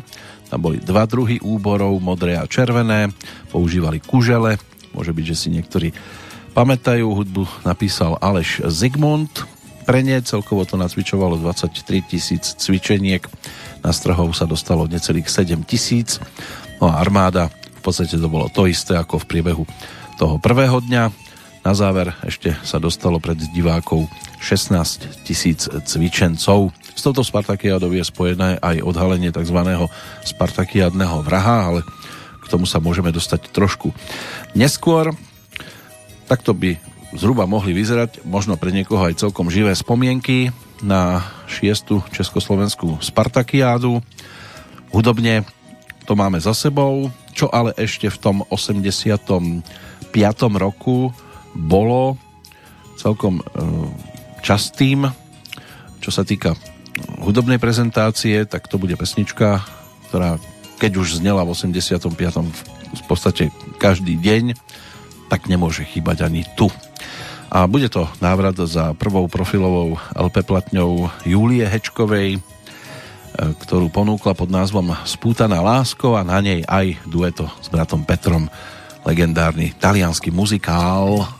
Tam boli dva druhy úborov, modré a červené, používali kužele, môže byť, že si niektorí pamätajú, hudbu napísal Aleš Zigmund, pre ne celkovo to nacvičovalo 23 000 cvičeniek, na strhov sa dostalo necelých 7 000, no a armáda, v podstate to bolo to isté ako v priebehu toho prvého dňa, na záver ešte sa dostalo pred divákov 16 000 cvičencov. S touto Spartakiádou je spojené aj odhalenie tzv. Spartakiádneho vraha, ale k tomu sa môžeme dostať trošku neskôr. Takto by zhruba mohli vyzerať, možno pre niekoho aj celkom živé spomienky na 6. Československú Spartakiádu. Hudobne to máme za sebou, čo ale ešte v tom 85. roku bolo celkom častým, čo sa týka hudobnej prezentácie, tak to bude pesnička, ktorá keď už znela v 85. v podstate každý deň, tak nemôže chýbať ani tu. A bude to návrat za prvou profilovou LP platňou Júlie Hečkovej, ktorú ponúkla pod názvom Spútaná lásko a na nej aj dueto s bratom Petrom, legendárny taliansky muzikál.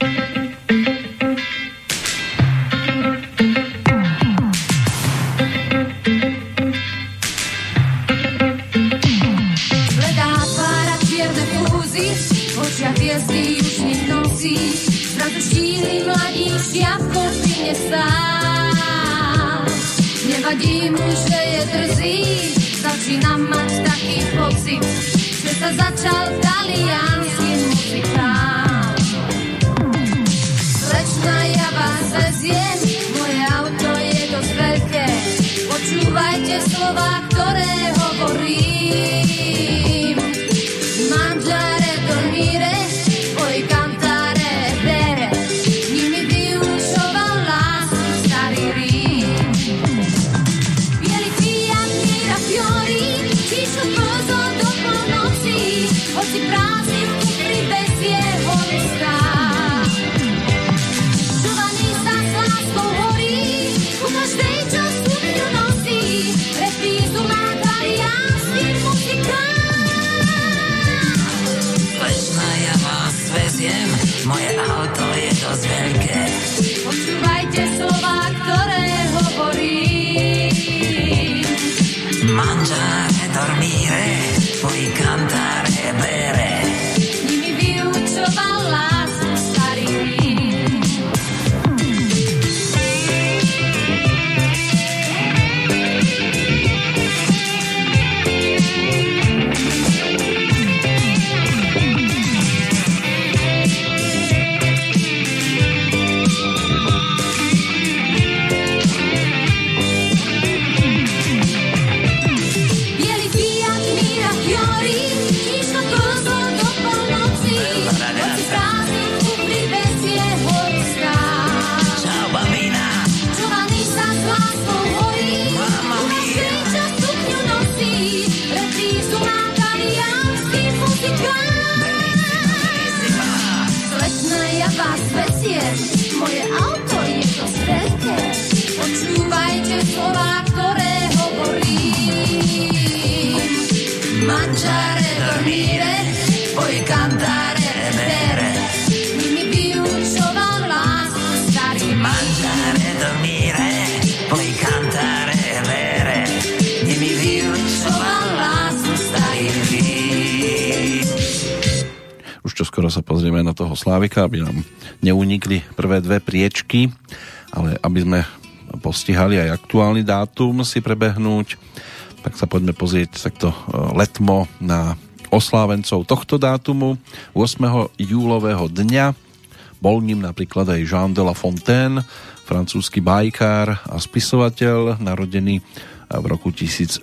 Hviezdy už nenosí, zrazu štíhly mladík, šiavko by nestál. Nevadí mu, že je drzý, začínam mať taký pocit, že sa začal taliansky muzikál. Slečna, ja vás veziem, moje auto je dosť veľké, počúvajte slová, ktoré hovorím. Mangiare, dormire, poi cantare bere, nimi vyučoval lásku starý Rím. Bielý Fiat míra fiori, ticho kozo do polnoci, hoci prázdny v kufri bez jeho lista. Giovanni sa s láskou horí, u každej, čo sukňu nosí, reprízu má taliansky muzikál. Moje auto je dosť veľké. Počúvajte slová, ktoré hovorím. Mangiare, dormire, poi cantare, bere. Nimi vyučoval lásku starý Rím. Moje auto je dosť veľké, počúvajte slová, ktoré hovorím. Mangiare, dormire, poi cantare, bere. Nimi vyučoval lásku starý Rím. Mangiare, dormire, poi cantare, bere. Nimi vyučoval lásku starý Rím. Už čoskoro sa pozrieme na toho Slávika, aby nám neunikli prvé dve priečky, ale aby sme postihali aj aktuálny dátum si prebehnúť, tak sa poďme pozrieť takto letmo na oslávencov tohto dátumu 8. júlového dňa. Bol ním napríklad aj Jean de La Fontaine, francúzsky bajkár a spisovateľ, narodený v roku 1621,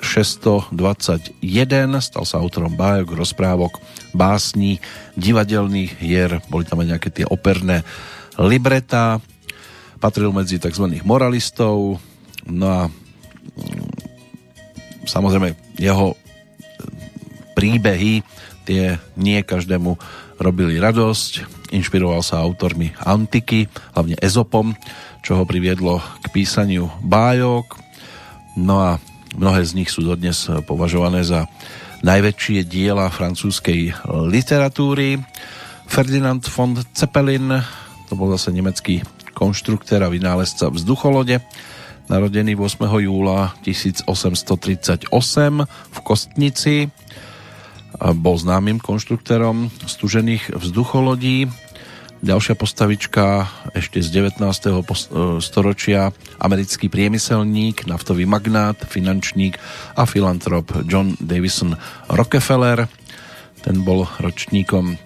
stal sa autorom bájok, rozprávok, básní, divadelných hier, boli tam aj nejaké tie operné libretá, patril medzi tzv. Moralistov, no a samozrejme jeho príbehy, tie nie každému robili radosť, inšpiroval sa autormi antiky, hlavne Ezopom, čo ho priviedlo k písaniu bájok. No a mnohé z nich sú dodnes považované za najväčšie diela francúzskej literatúry. Ferdinand von Zeppelin, to bol zase nemecký konštruktér a vynálezca vzducholode, narodený 8. júla 1838 v Kostnici. Bol známym konštruktérom stužených vzducholodí. Ďalšia postavička ešte z 19. storočia, americký priemyselník, naftový magnát, finančník a filantrop John Davison Rockefeller. Ten bol ročníkom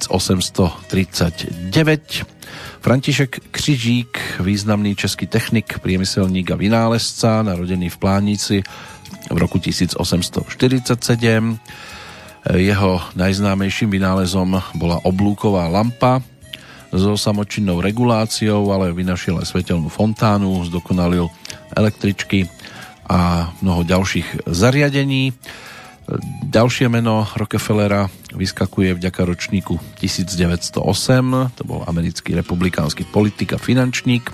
1839. František Křižík, významný český technik, priemyselník a vynálezca, narodený v Plánici v roku 1847. Jeho najznámejším vynálezom bola oblúková lampa so samočinnou reguláciou, ale vynašiel aj svetelnú fontánu, zdokonalil električky a mnoho ďalších zariadení. Ďalšie meno Rockefellera vyskakuje vďaka ročníku 1908, to bol americký republikánsky politik a finančník.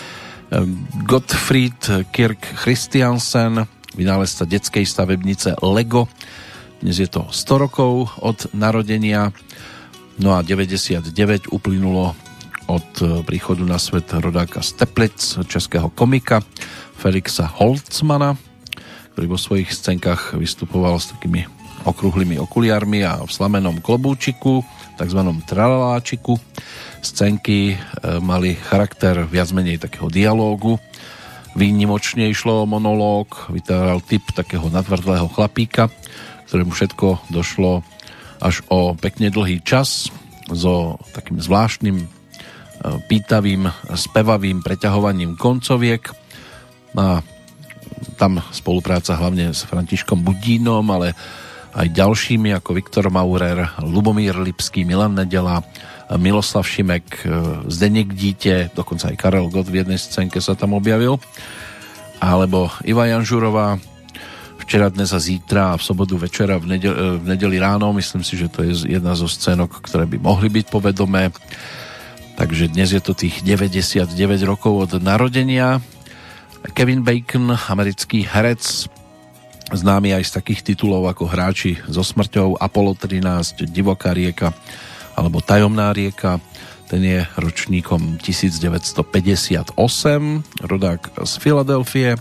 Gottfried Kirk Christiansen, vynálezca detskej stavebnice Lego. Dnes je to 100 rokov od narodenia, no a 99 uplynulo od príchodu na svet rodáka z Teplic, českého komika Felixa Holzmana, ktorý vo svojich scénkach vystupoval s takými okrúhlymi okuliármi a v slamenom klobúčiku, takzvanom tralaláčiku. Scénky mali charakter viac menej takého dialógu. Výnimočne išlo o monológ, vytváral typ takého nadvrdlého chlapíka, ktorému všetko došlo až o pekne dlhý čas so takým zvláštnym pýtavým, spevavým preťahovaním koncoviek. A tam spolupráca hlavne s Františkom Budínom, ale aj ďalšími ako Viktor Maurer, Lubomír Lipský, Milan Nedela, Miloslav Šimek, Zdeněk Dítě, dokonca aj Karel Gott v jednej scénke sa tam objavil, alebo Iva Janžurová, Včera, dnes a zítra a v sobotu večera, v nedeli ráno. Myslím si, že to je jedna zo scénok, ktoré by mohli byť povedomé. Takže dnes je to tých 99 rokov od narodenia. Kevin Bacon, americký herec, známy aj z takých titulov ako Hráči so smrťou, Apollo 13, Divoká rieka alebo Tajomná rieka. Ten je ročníkom 1958, rodák z Filadelfie.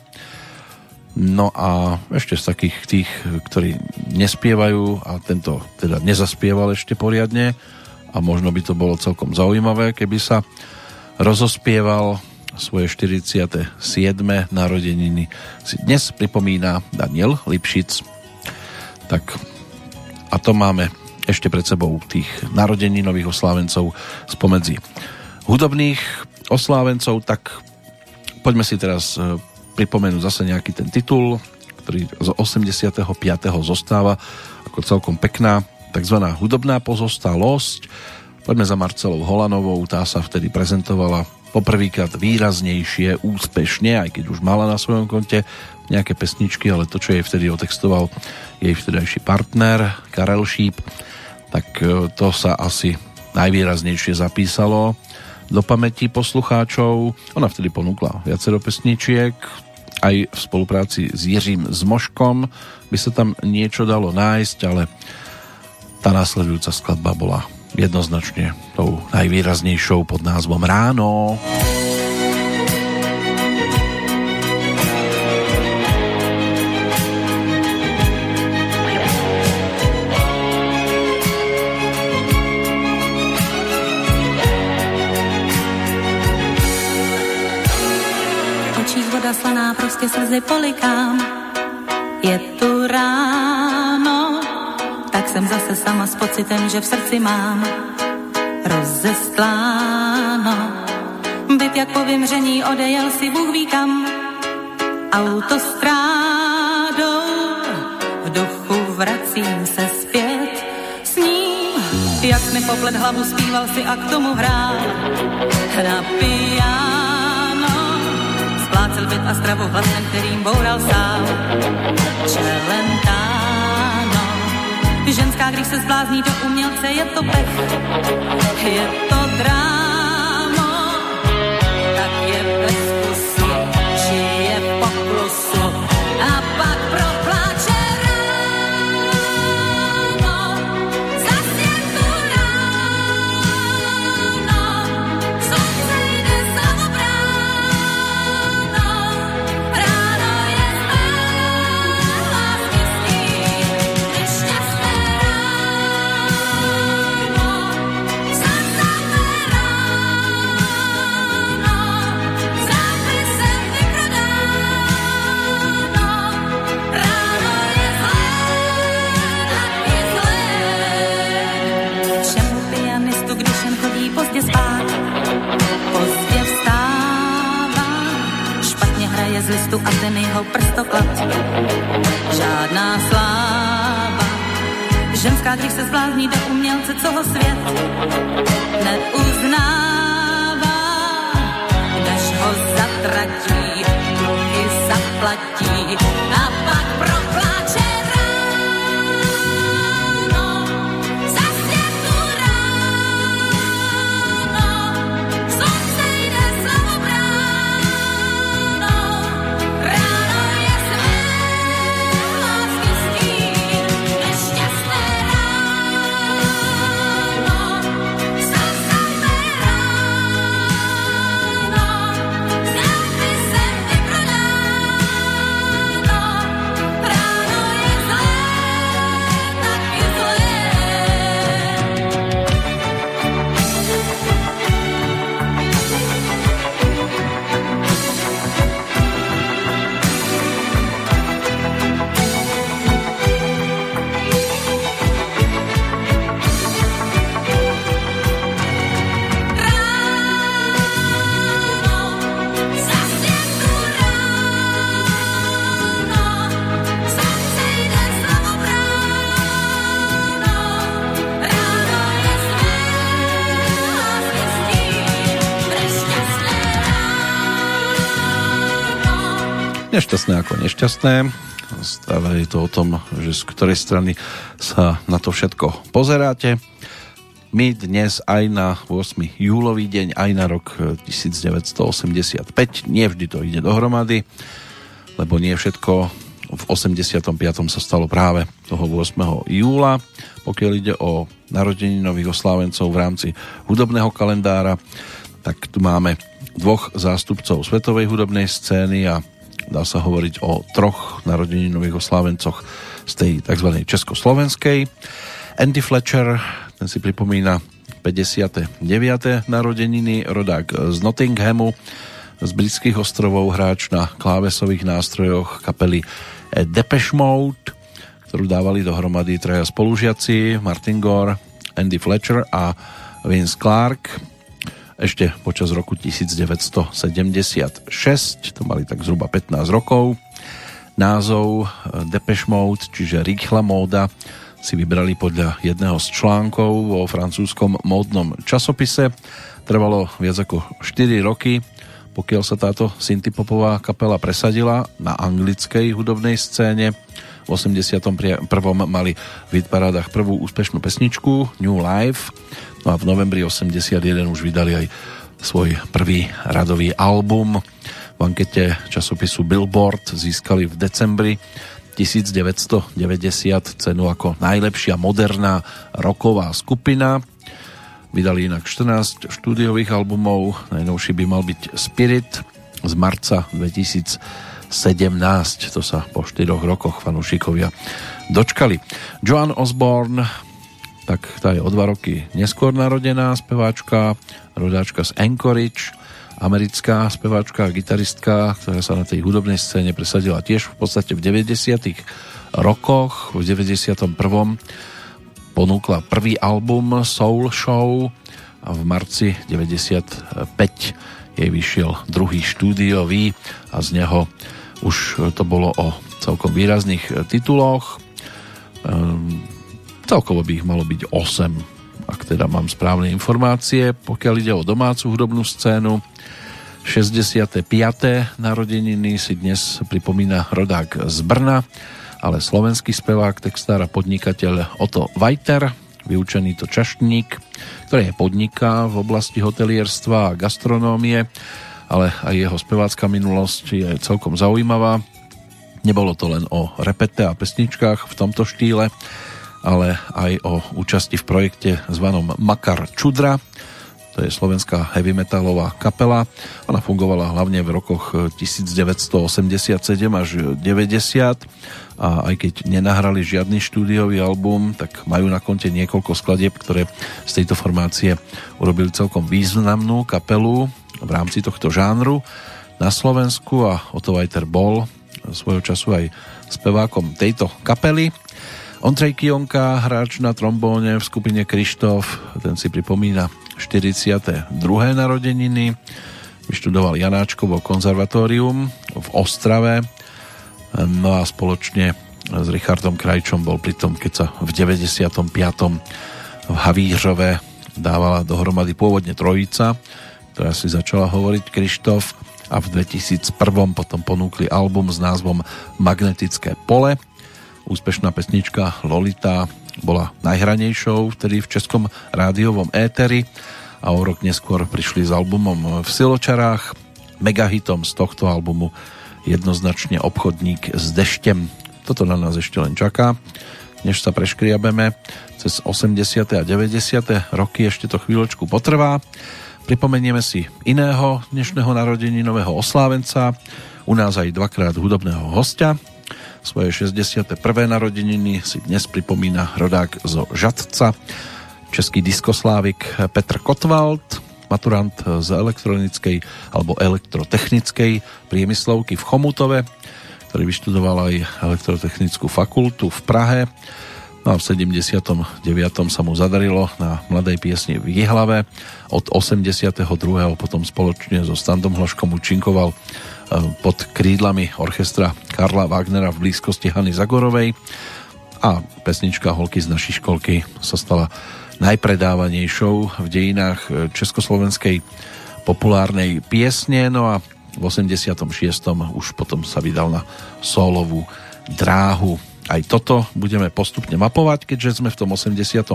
No a ešte z takých tých, ktorí nespievajú, a tento teda nezaspieval ešte poriadne, a možno by to bolo celkom zaujímavé, keby sa rozospieval. Svoje 47. narodeniny si dnes pripomína Daniel Lipšic. Tak a to máme ešte pred sebou tých narodeninových oslávencov spomedzi hudobných oslávencov. Tak poďme si teraz pripomenúť zase nejaký ten titul, ktorý z 85. zostáva ako celkom pekná takzvaná hudobná pozostalosť. Poďme za Marcelou Holanovou, tá sa vtedy prezentovala poprvýkrát výraznejšie, úspešne, aj keď už mala na svojom konte nejaké pesničky, ale to, čo jej vtedy otextoval jej vtedajší partner Karel Šíp, tak to sa asi najvýraznejšie zapísalo do pamäti poslucháčov. Ona vtedy ponúkla viacero pesničiek, aj v spolupráci s Jiřím Zmoškom by sa tam niečo dalo nájsť, ale tá následujúca skladba bola jednoznačne tou najvýraznejšou pod názvom Ráno. Voda slaná, prostě slzy polikám. Je tu ráno, tak jsem zase sama s pocitem, že v srdci mám rozestláno. Byt jak po vymření odejel si Bůh ví kam. Autostrádou v duchu vracím se zpět s ním. Jak mi poplet hlavu, zpíval si a k tomu hrál na piano. Splácel byt a stravu hlasem, kterým boural sál Celentano. Ženská, když se zblázní do umělce, je to pech, je to drámo. Tak je bez kusu, žije v poklusu a pak propláče ráno. je z listu a ten jeho prstoklad. Žádná sláva, ženská dřív se zblázní do umělce, co ho svět neuznává. Než ho zatratí, dluhy zaplatí a pak propláče ráno, za světlu ráno, slunce jde znovu bránou, ráno je své lásky stín, nešťastné ráno, slzami ráno, zdraví se vyprodáno, ráno je zlé, tak je zlé. Nešťastné ako nešťastné. Stále je to o tom, že z ktorej strany sa na to všetko pozeráte. My dnes aj na 8. júlový deň, aj na rok 1985, nie vždy to ide dohromady, lebo nie všetko v 85. sa stalo práve toho 8. júla. Pokiaľ ide o narodení nových oslávencov v rámci hudobného kalendára, tak tu máme dvoch zástupcov svetovej hudobnej scény a dá sa hovoriť o troch narodeninových oslávencoch z tej tzv. Československej. Andy Fletcher, ten si pripomína 59. narodeniny, rodák z Nottinghamu, z britských ostrovov, hráč na klávesových nástrojoch kapely Depeche Mode, ktorú dávali dohromady traja spolužiaci, Martin Gore, Andy Fletcher a Vince Clarke. Ešte počas roku 1976, to mali tak zhruba 15 rokov. Názov Depeche Mode, čiže rýchla móda, si vybrali podľa jedného z článkov vo francúzskom módnom časopise. Trvalo viac ako 4 roky, pokiaľ sa táto synthpopová kapela presadila na anglickej hudobnej scéne. V 81. mali v hitparádach prvú úspešnú pesničku New Life. No a v novembri 81 už vydali aj svoj prvý radový album. V ankete časopisu Billboard získali v decembri 1990 cenu ako najlepšia moderná rocková skupina. Vydali inak 14 štúdiových albumov. Najnovší by mal byť Spirit z marca 2017. To sa po 4 rokoch fanúšikovia dočkali. Joan Osborne, tak tá je o 2 roky neskôr narodená speváčka, rodáčka z Anchorage, americká speváčka a gitaristka, ktorá sa na tej hudobnej scéne presadila tiež v podstate v 90. rokoch. V 91. ponúkla prvý album Soul Show a v marci 95 jej vyšiel druhý štúdiový a z neho už to bolo o celkom výrazných tituloch. Celkovo by ich malo byť 8, ak teda mám správne informácie. Pokiaľ ide o domácu hudobnú scénu, 65. narodeniny si dnes pripomína rodák z Brna, ale slovenský spevák, textár a podnikateľ Otto Vajter, vyučený to čaštník, ktorý podniká v oblasti hotelierstva a gastronómie, ale aj jeho spevácka minulosť je celkom zaujímavá. Nebolo to len o repete a pesničkách v tomto štýle, ale aj o účasti v projekte zvanom Makar Čudra. To je slovenská heavy metalová kapela. Ona fungovala hlavne v rokoch 1987 až 90 a aj keď nenahrali žiadny štúdiový album, tak majú na konte niekoľko skladieb, ktoré z tejto formácie urobili celkom významnú kapelu v rámci tohto žánru na Slovensku a Otto Vajter bol svojho času aj spevákom tejto kapely. Ondrej Kionka, hráč na trombóne v skupine Krištof, ten si pripomína 42. narodeniny. vyštudoval Janáčkovo konzervatórium v Ostrave, no a spoločne s Richardom Krajčom bol pri tom, keď sa v 95. v Havířove dávala dohromady pôvodne trojica, ktorá si začala hovoriť Krištof, a v 2001 potom ponúkli album s názvom Magnetické pole. Úspešná pesnička Lolita bola najhranejšou vtedy v českom rádiovom éteri a o rok neskôr prišli s albumom V Siločarách. Megahitom z tohto albumu jednoznačne Obchodník s dešťem. Toto na nás ešte len čaká, než sa preškriabeme cez 80. a 90. roky, ešte to chvíľočku potrvá. Pripomenieme si iného dnešného narodeninového oslávenca, u nás aj dvakrát hudobného hostia. Svoje 61. narodeniny si dnes pripomína rodák zo Žatca, český diskoslávik Petr Kotwald, maturant z elektronickej alebo elektrotechnickej priemyslovky v Chomutove, ktorý vyštudoval aj elektrotechnickú fakultu v Prahe. No a v 79. sa mu zadarilo na Mladej piesni v Jihlave. Od 82. potom spoločne so Standom Hloškom účinkoval pod krídlami orchestra Karla Wagnera v blízkosti Hany Zagorovej a pesnička Holky z našej školky sa stala najpredávanejšou v dejinách československej populárnej piesne. No a v 86. už potom sa vydal na sólovú dráhu. Aj toto budeme postupne mapovať, keďže sme v tom 85.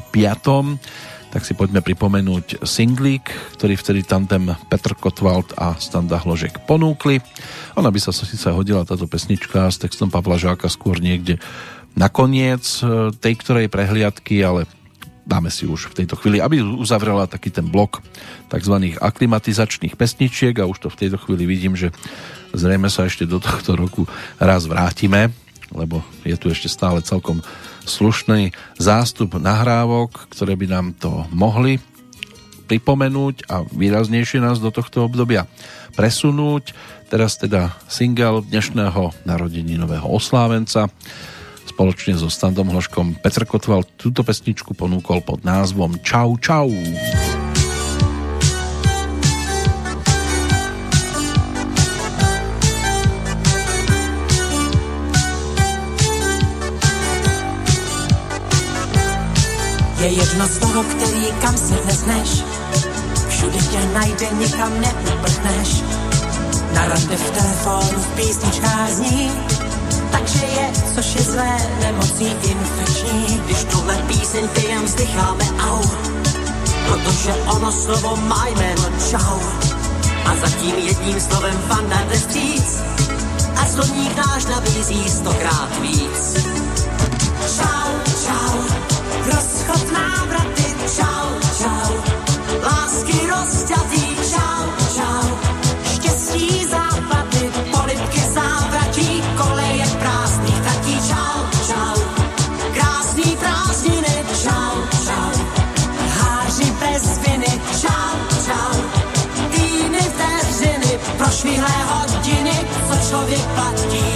Tak si poďme pripomenúť singlík, ktorý vtedy tandem Petr Kotwald a Standa Hložek ponúkli. Ona by sa síce hodila, táto pesnička s textom Pavla Žáka, skôr niekde na koniec tej ktorej prehliadky, ale dáme si už v tejto chvíli, aby uzavrela taký ten blok takzvaných aklimatizačných pesničiek, a už to v tejto chvíli vidím, že zrejme sa ešte do tohto roku raz vrátime, lebo je tu ešte stále celkom slušný zástup nahrávok, ktoré by nám to mohli pripomenúť a výraznejšie nás do tohto obdobia presunúť. Teraz teda single dnešného narodeninového oslávenca. Spoločne so Standom Hloškom Petr Kotwald túto pesničku ponúkol pod názvom Čau, čau. Je jedno slovo, který kam se nezneš, všude tě najde, nikam neuprchneš. Na rande v telefonu v písničkách zní, takže je, což je zlé, nemocí infekční. Když tuhle píseň pijem, vzdycháme au, protože ono slovo má jméno čau. A za tím jedním slovem Vanda jde vstříc a slovník náš nabízí 100krát víc. Čau, čau, rozchod návraty, čau, čau, lásky rozťatý, čau, čau, štěstí západy, polibky závratí, koleje prázdných tratí, čau, čau, krásný prázdniny, čau, čau, háři bez viny, čau, čau, týdny vteřiny, prošvihlé hodiny, co člověk platí.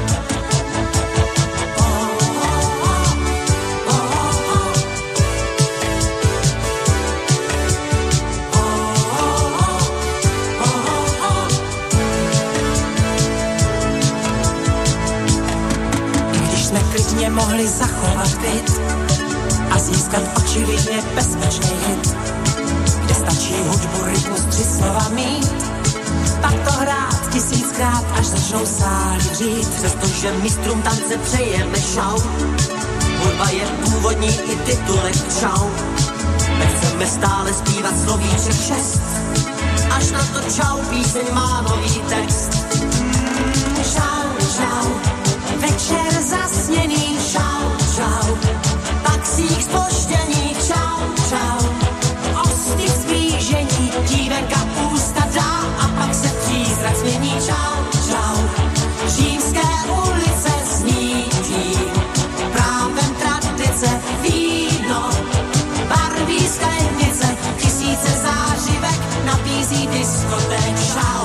Klidně mohli zachovat klid a získat očividně bezpečný hit, kde stačí hudbu, rytmus, 3 slova mít, pak to hrát 1000krát, až začnou sály vřít. Přestože mistrům tance přejeme šau, hudba je původní i titulek čau. Nechceme stále zpívat slovíček 6, až na to čau píseň má nový text. Čau, čau, večer zasněný, čau, čau, taxík zpoždění, čau, čau, ostych zblížení, dívenka ústa dá a pak se přízrak změní, čau, čau, římské ulice zní tím, právem tradice, víno, barví sklenice, 1000 zářivek nabízí diskoték, čau.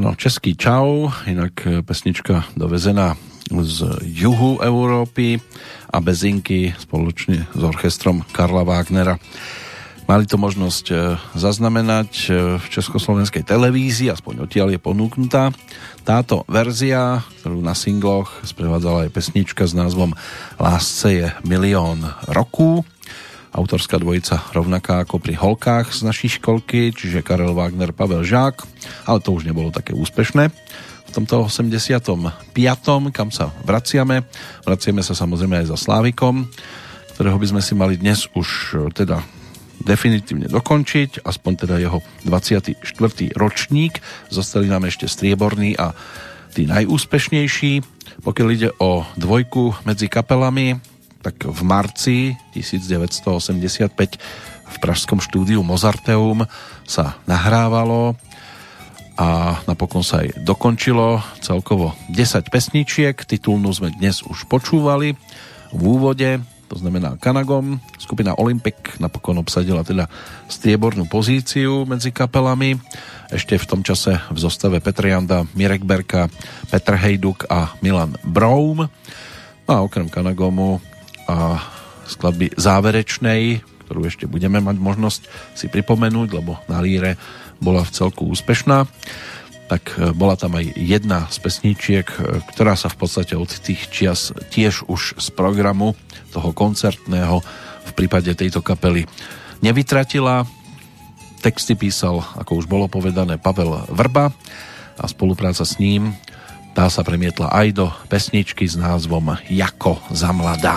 Áno, český čau, inak pesnička dovezená z juhu Európy a Bezinky spoločne s orchestrom Karla Wagnera. Mali to možnosť zaznamenať v československej televízii, aspoň odtiaľ je ponúknutá táto verzia, ktorú na singloch sprevádzala aj pesnička s názvom Lásce je milión roků. Autorská dvojica rovnaká ako pri holkách z našej školky, čiže Karel Wagner, Pavel Žák, ale to už nebolo také úspešné. V tomto 85., kam sa vraciame. Vraciame sa samozrejme aj za Slávikom, ktorého by sme si mali dnes už teda definitívne dokončiť, aspoň teda jeho 24. ročník. Zostali nám ešte strieborní a tí najúspešnejší. Pokiaľ ide o dvojku medzi kapelami, tak v marci 1985 v pražskom štúdiu Mozarteum sa nahrávalo a napokon sa aj dokončilo celkovo 10 pesničiek. Titulnú sme dnes už počúvali v úvode, to znamená Kanagom. Skupina Olympic napokon obsadila teda striebornú pozíciu medzi kapelami. Ešte v tom čase v zostave Petr Janda, Mirek Berka, Petr Hejduk a Milan Broum. A okrem Kanagomu a skladby záverečnej, ktorú ešte budeme mať možnosť si pripomenúť, lebo na líre bola v celku úspešná, tak bola tam aj jedna z pesničiek, ktorá sa v podstate od tých čias tiež už z programu toho koncertného v prípade tejto kapely nevytratila. Texty písal, ako už bolo povedané, Pavel Vrba a spolupráca s ním tá sa premietla aj do pesničky s názvom Jako za mladá.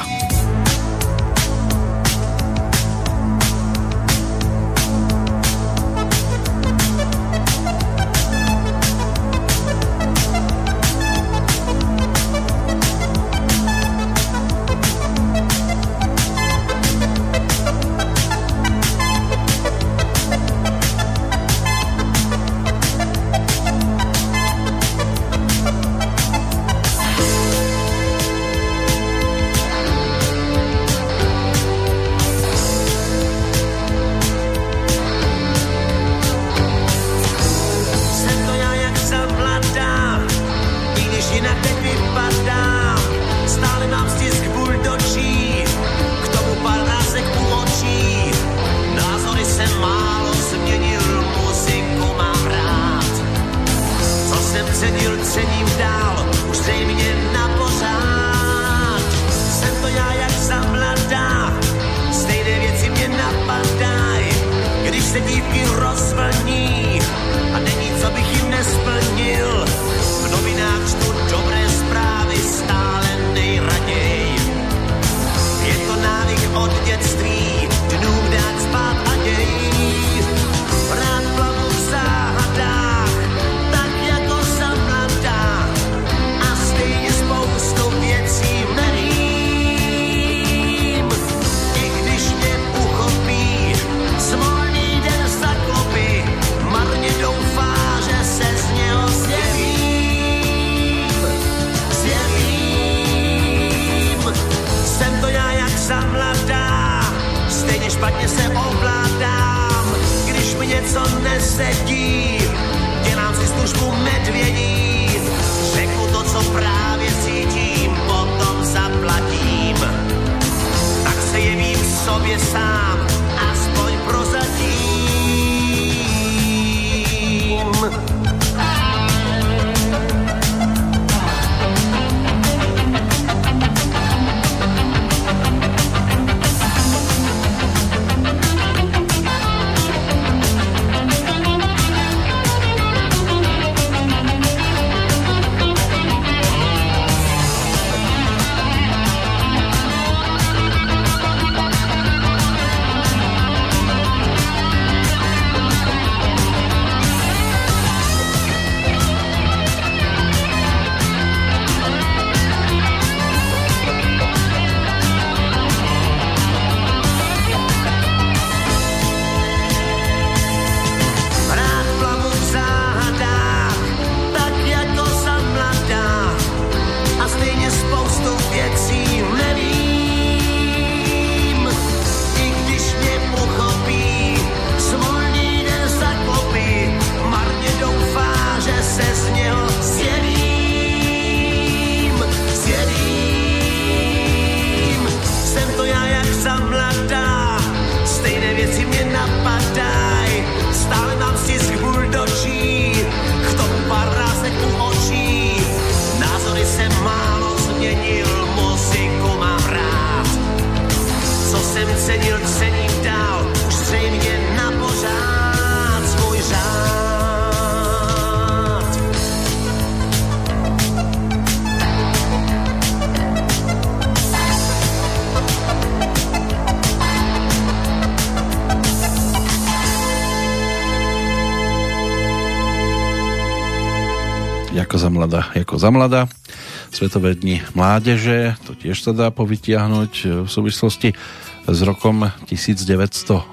byl cením dál, už zřejmě na pořád svůj řád. Jako za mladá. Svetové dni mládeže, to tiež sa dá povytiahnuť v súvislosti s rokom 1985,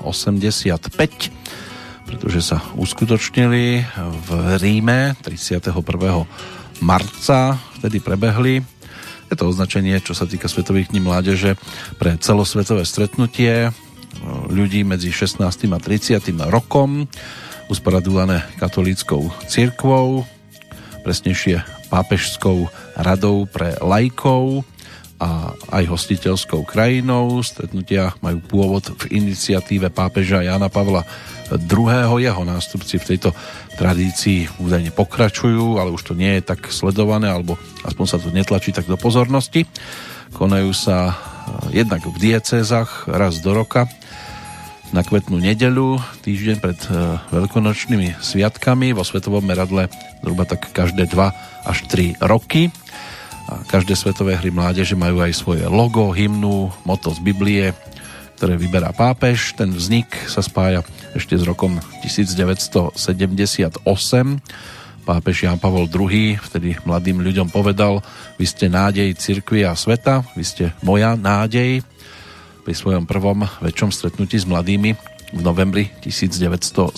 pretože sa uskutočnili v Ríme 31. marca, vtedy prebehli. Je to označenie, čo sa týka Svetových dní mládeže, pre celosvetové stretnutie ľudí medzi 16. a 30. rokom, usporadované katolíckou cirkvou, presnejšie pápežskou radou pre laikov a aj hostiteľskou krajinou. Stretnutia majú pôvod v iniciatíve pápeža Jána Pavla II. Jeho nástupci v tejto tradícii údajne pokračujú, ale už to nie je tak sledované, alebo aspoň sa to netlačí tak do pozornosti. Konajú sa jednak v diecézach raz do roka, na Kvetnú nedeľu, týždeň pred veľkonočnými sviatkami, vo svetovom meradle zhruba tak každé 2 až 3 roky. A každé svetové hry mládeže majú aj svoje logo, hymnu, motto z Biblie, ktoré vyberá pápež. Ten vznik sa spája ešte s rokom 1978. Pápež Ján Pavol II vtedy mladým ľuďom povedal: vy ste nádej cirkvi a sveta, vy ste moja nádej. Pri svojom prvom väčšom stretnutí s mladými v novembri 1978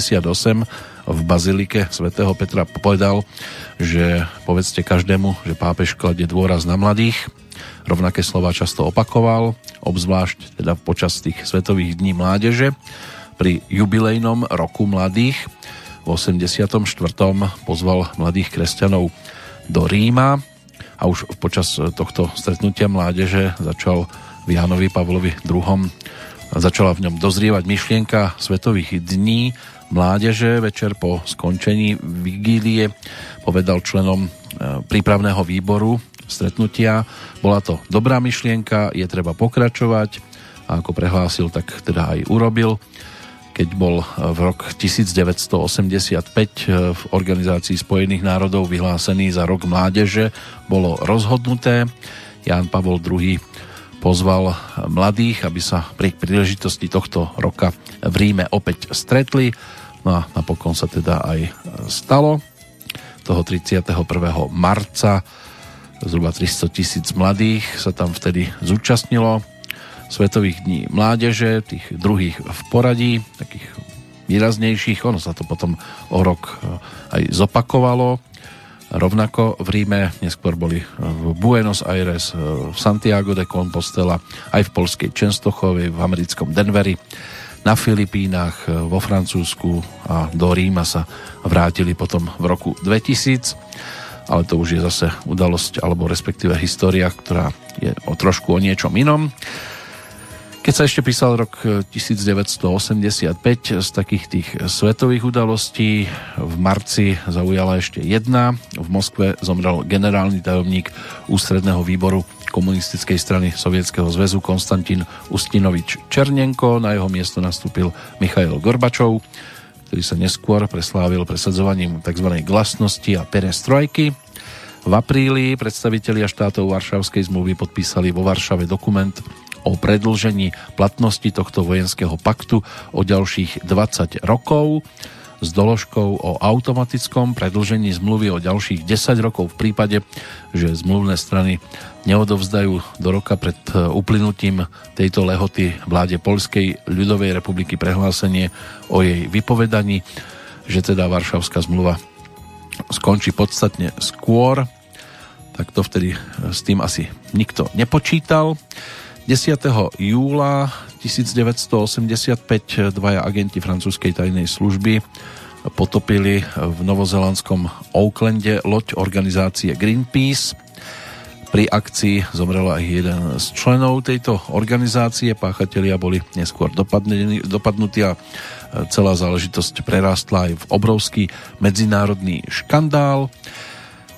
v bazilike svätého Petra povedal, že povedzte každému, že pápež kladie dôraz na mladých. Rovnaké slova často opakoval, obzvlášť teda počas tých svetových dní mládeže. Pri jubilejnom roku mladých v 84. pozval mladých kresťanov do Ríma a už počas tohto stretnutia mládeže v Jánovi Pavlovi II. Začala v ňom dozrievať myšlienka Svetových dní mládeže. Večer po skončení vigílie povedal členom prípravného výboru stretnutia: bola to dobrá myšlienka, je treba pokračovať, a ako prehlásil, tak teda aj urobil. Keď bol v rok 1985 v Organizácii spojených národov vyhlásený za rok mládeže, bolo rozhodnuté. Ján Pavol II pozval mladých, aby sa pri príležitosti tohto roka v Ríme opäť stretli. No a napokon sa teda aj stalo. Toho 31. marca zhruba 300 000 mladých sa tam vtedy zúčastnilo Svetových dní mládeže, tých druhých v poradí, takých výraznejších. Ono sa to potom o rok aj zopakovalo. Rovnako v Ríme, neskôr boli v Buenos Aires, v Santiago de Compostela, aj v poľskej Częstochowie, v americkom Denveri, na Filipínach, vo Francúzsku, a do Ríma sa vrátili potom v roku 2000. Ale to už je zase udalosť, alebo respektíve história, ktorá je trošku o niečom inom. Keď sa ešte písal rok 1985, z takých tých svetových udalostí v marci zaujala ešte jedna. V Moskve zomrel generálny tajomník ústredného výboru komunistickej strany Sovietskeho zväzu Konstantín Ustinovič Černenko. Na jeho miesto nastúpil Michail Gorbačov, ktorý sa neskôr preslávil presadzovaním tzv. Glasnosti a perestrojky. V apríli predstavitelia štátov Varšavskej zmluvy podpísali vo Varšave dokument o predĺžení platnosti tohto vojenského paktu o ďalších 20 rokov s doložkou o automatickom predĺžení zmluvy o ďalších 10 rokov v prípade, že zmluvné strany neodovzdajú do roka pred uplynutím tejto lehoty vláde Poľskej ľudovej republiky prehlásenie o jej vypovedaní, že teda Varšavská zmluva skončí podstatne skôr. Tak to vtedy s tým asi nikto nepočítal. 10. júla 1985 dvaja agenti francúzskej tajnej služby potopili v novozelandskom Aucklande loď organizácie Greenpeace. Pri akcii zomrel aj jeden z členov tejto organizácie. Páchatelia boli neskôr dopadnutí a celá záležitosť prerástla aj v obrovský medzinárodný škandál.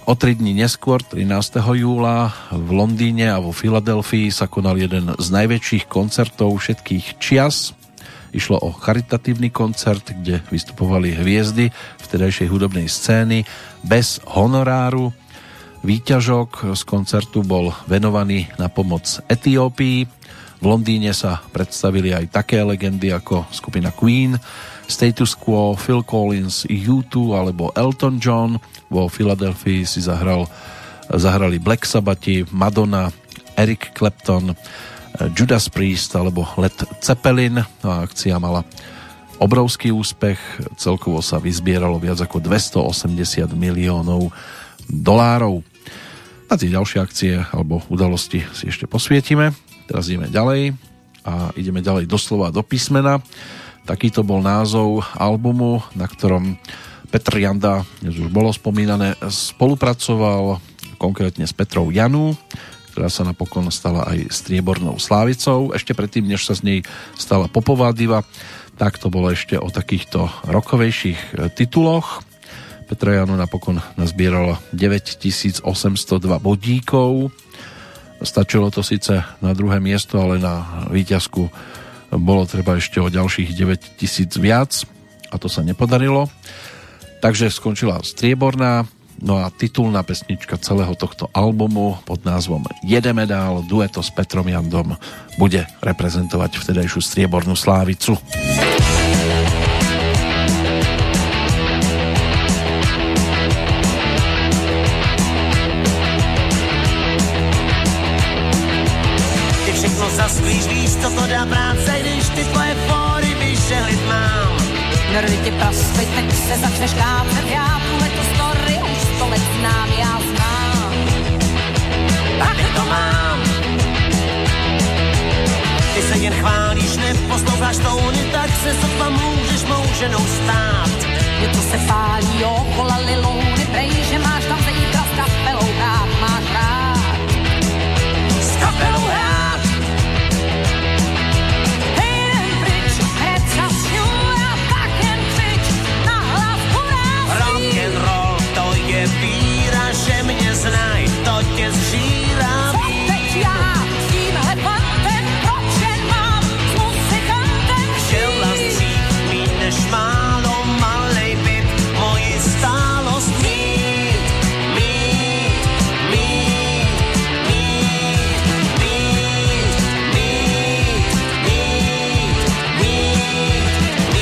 O 3 dní neskôr, 13. júla, v Londýne a vo Filadelfii sa konal jeden z najväčších koncertov všetkých čias. Išlo o charitatívny koncert, kde vystupovali hviezdy vtedajšej hudobnej scény bez honoráru. Výťažok z koncertu bol venovaný na pomoc Etiópii. V Londýne sa predstavili aj také legendy ako skupina Queen, Status Quo, Phil Collins, U2 alebo Elton John. Vo Filadelfii si zahrali Black Sabbathi, Madonna, Eric Clapton, Judas Priest alebo Led Zeppelin. A akcia mala obrovský úspech. Celkovo sa vyzbieralo viac ako 280 miliónov dolárov. Na tie ďalšie akcie alebo udalosti si ešte posvietime. Teraz ideme ďalej a ideme ďalej doslova do písmena. Takýto bol názov albumu, na ktorom Petr Janda, dnes už bolo spomínané, spolupracoval konkrétne s Petrou Janu, ktorá sa napokon stala aj striebornou slávicou. Ešte predtým, než sa z nej stala popová diva, tak to bolo ešte o takýchto rokovejších tituloch. Petra Janu napokon nazbierala 9802 bodíkov. Stačilo to síce na druhé miesto, ale na víťazku bolo treba ešte o ďalších 9000 viac a to sa nepodarilo. Takže skončila strieborná, no a titulná pesnička celého tohto albumu pod názvom Jedeme dál, dueto s Petrom Jandom, bude reprezentovať vtedajšiu striebornú slávicu. Ty všechno zasklíš, víš, co to dá práce, když ty tvoje fóry vyšehlit mám. Nervy tě praskly, teď se začneš kápet, já tuhletu story už 100 let znám, já znám. Tady to mám. Ty se jen chválíš, neposloucháš tóny, tak se sotva můžeš mou ženou stát. Něco se pálí, jo, kolali louny, prej, že máš tam zítra s kapelou hrát, máš rád. S kapelou hrát. Že mě znaj, to tě zžírá víc. Co teď já s tímhle pantem, proč jen mám s muzikantem chtěla dřív mít než málo malej byt, moji stálost mít, mít, mít, mít, mít, mít, mít, mít,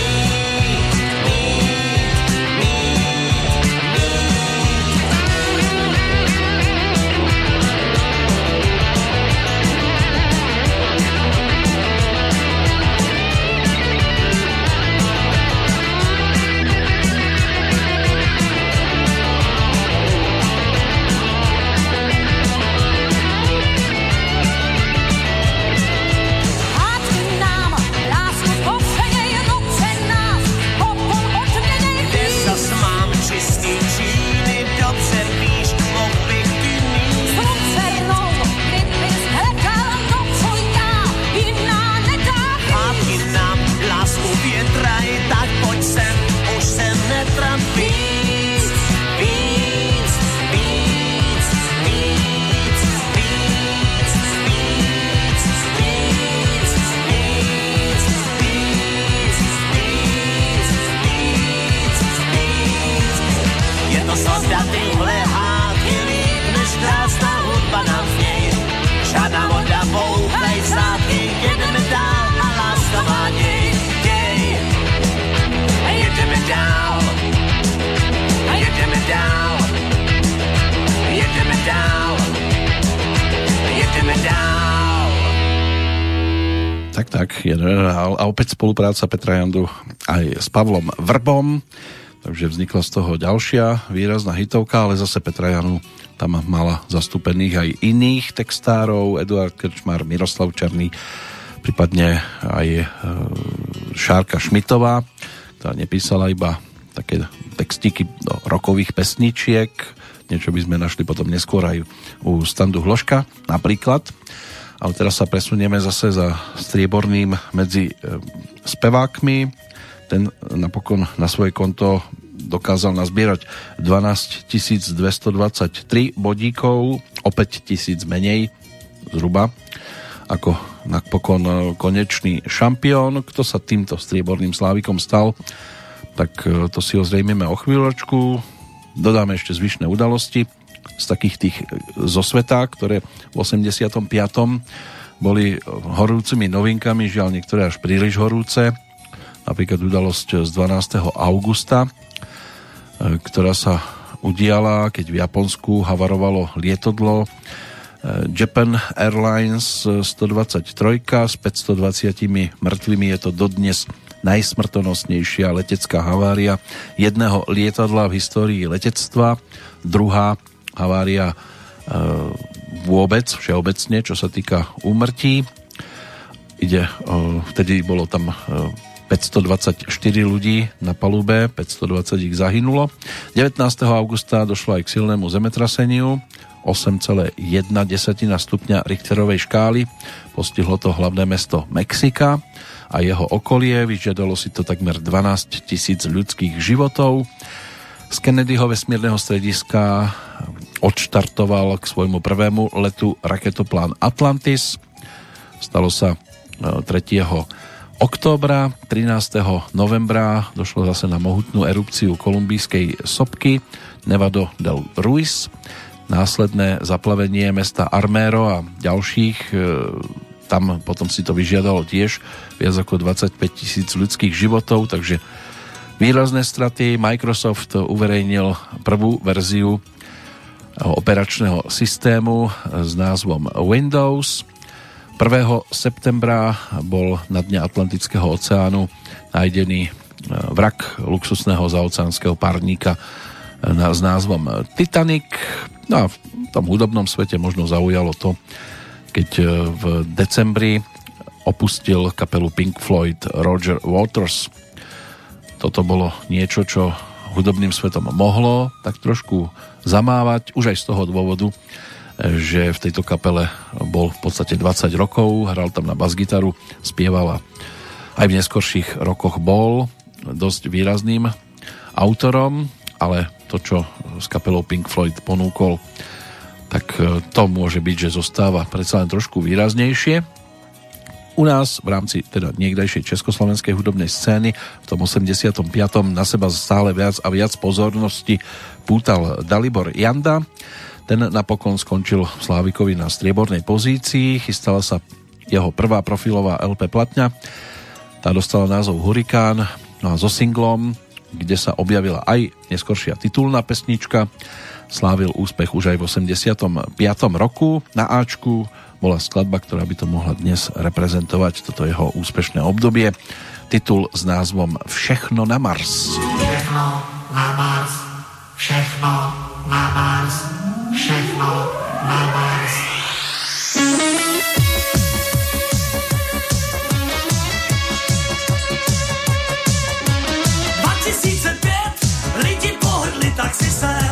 Tak, a opäť spolupráca Petra Jandu aj s Pavlom Vrbom, takže vznikla z toho ďalšia výrazná hitovka, ale zase Petra Janu tam mala zastúpených aj iných textárov, Eduard Krčmar, Miroslav Černý, prípadne aj Šárka Šmitová, ktorá nepísala iba také textíky do rokových pesničiek, niečo by sme našli potom neskôr aj u Standu Hloška napríklad. Ale teraz sa presunieme zase za strieborným medzi spevákmi. Ten napokon na svoje konto dokázal nazbierať 12 223 bodíkov, o 5 000 menej zhruba ako napokon konečný šampión. Kto sa týmto strieborným slávikom stal, tak to si ozrejmime o chvíľočku. Dodáme ešte zvyšné udalosti z takých tých zo sveta, ktoré v 85. boli horúcimi novinkami, žiaľ niektoré až príliš horúce. Napríklad udalosť z 12. augusta, ktorá sa udiala, keď v Japonsku havarovalo lietadlo Japan Airlines 123 s 520 mŕtvými. Je to dodnes najsmrtonosnejšia letecká havária jedného lietadla v histórii letectva. Druhá havária vôbec, všeobecne, čo sa týka úmrtí. Vtedy bolo tam 524 ľudí na palube, 520 ich zahynulo. 19. augusta došlo aj k silnému zemetraseniu, 8,1 stupňa Richterovej škály. Postihlo to hlavné mesto Mexika a jeho okolie, vyžiadalo si to takmer 12 000 ľudských životov. Z Kennedyho vesmírneho strediska odštartoval k svojmu prvému letu raketoplán Atlantis. Stalo sa 3. októbra. 13. novembra došlo zase na mohutnú erupciu kolumbijskej sopky Nevado del Ruiz. Následné zaplavenie mesta Armero a ďalších, tam potom si to vyžiadalo tiež viac ako 25 000 ľudských životov, takže výrazné straty. Microsoft uverejnil prvú verziu operačného systému s názvom Windows. 1. septembra bol na dne Atlantického oceánu nájdený vrak luxusného zaoceánskeho párníka s názvom Titanic. No a v tom hudobnom svete možno zaujalo to, keď v decembri opustil kapelu Pink Floyd Roger Waters. Toto bolo niečo, čo hudobným svetom mohlo tak trošku zamávať, už aj z toho dôvodu, že v tejto kapele bol v podstate 20 rokov, hral tam na basgitaru, spieval a aj v neskorších rokoch bol dosť výrazným autorom, ale to, čo s kapelou Pink Floyd ponúkol, tak to môže byť, že zostáva predsa len trošku výraznejšie. U nás v rámci teda niekdajšej československej hudobnej scény v tom 85. na seba stále viac a viac pozornosti pútal Dalibor Janda. Ten napokon skončil v Slávikovi na striebornej pozícii. Chystala sa jeho prvá profilová LP platňa. Tá dostala názov Hurikán. No a so singlom, kde sa objavila aj neskoršia titulná pesnička, slávil úspech už aj v 85. roku. Na Ačku bola skladba, ktorá by to mohla dnes reprezentovať, toto jeho úspešné obdobie. Titul s názvom Všechno na Mars. Všechno na Mars, všechno na Mars, všechno na Mars. Tak si sem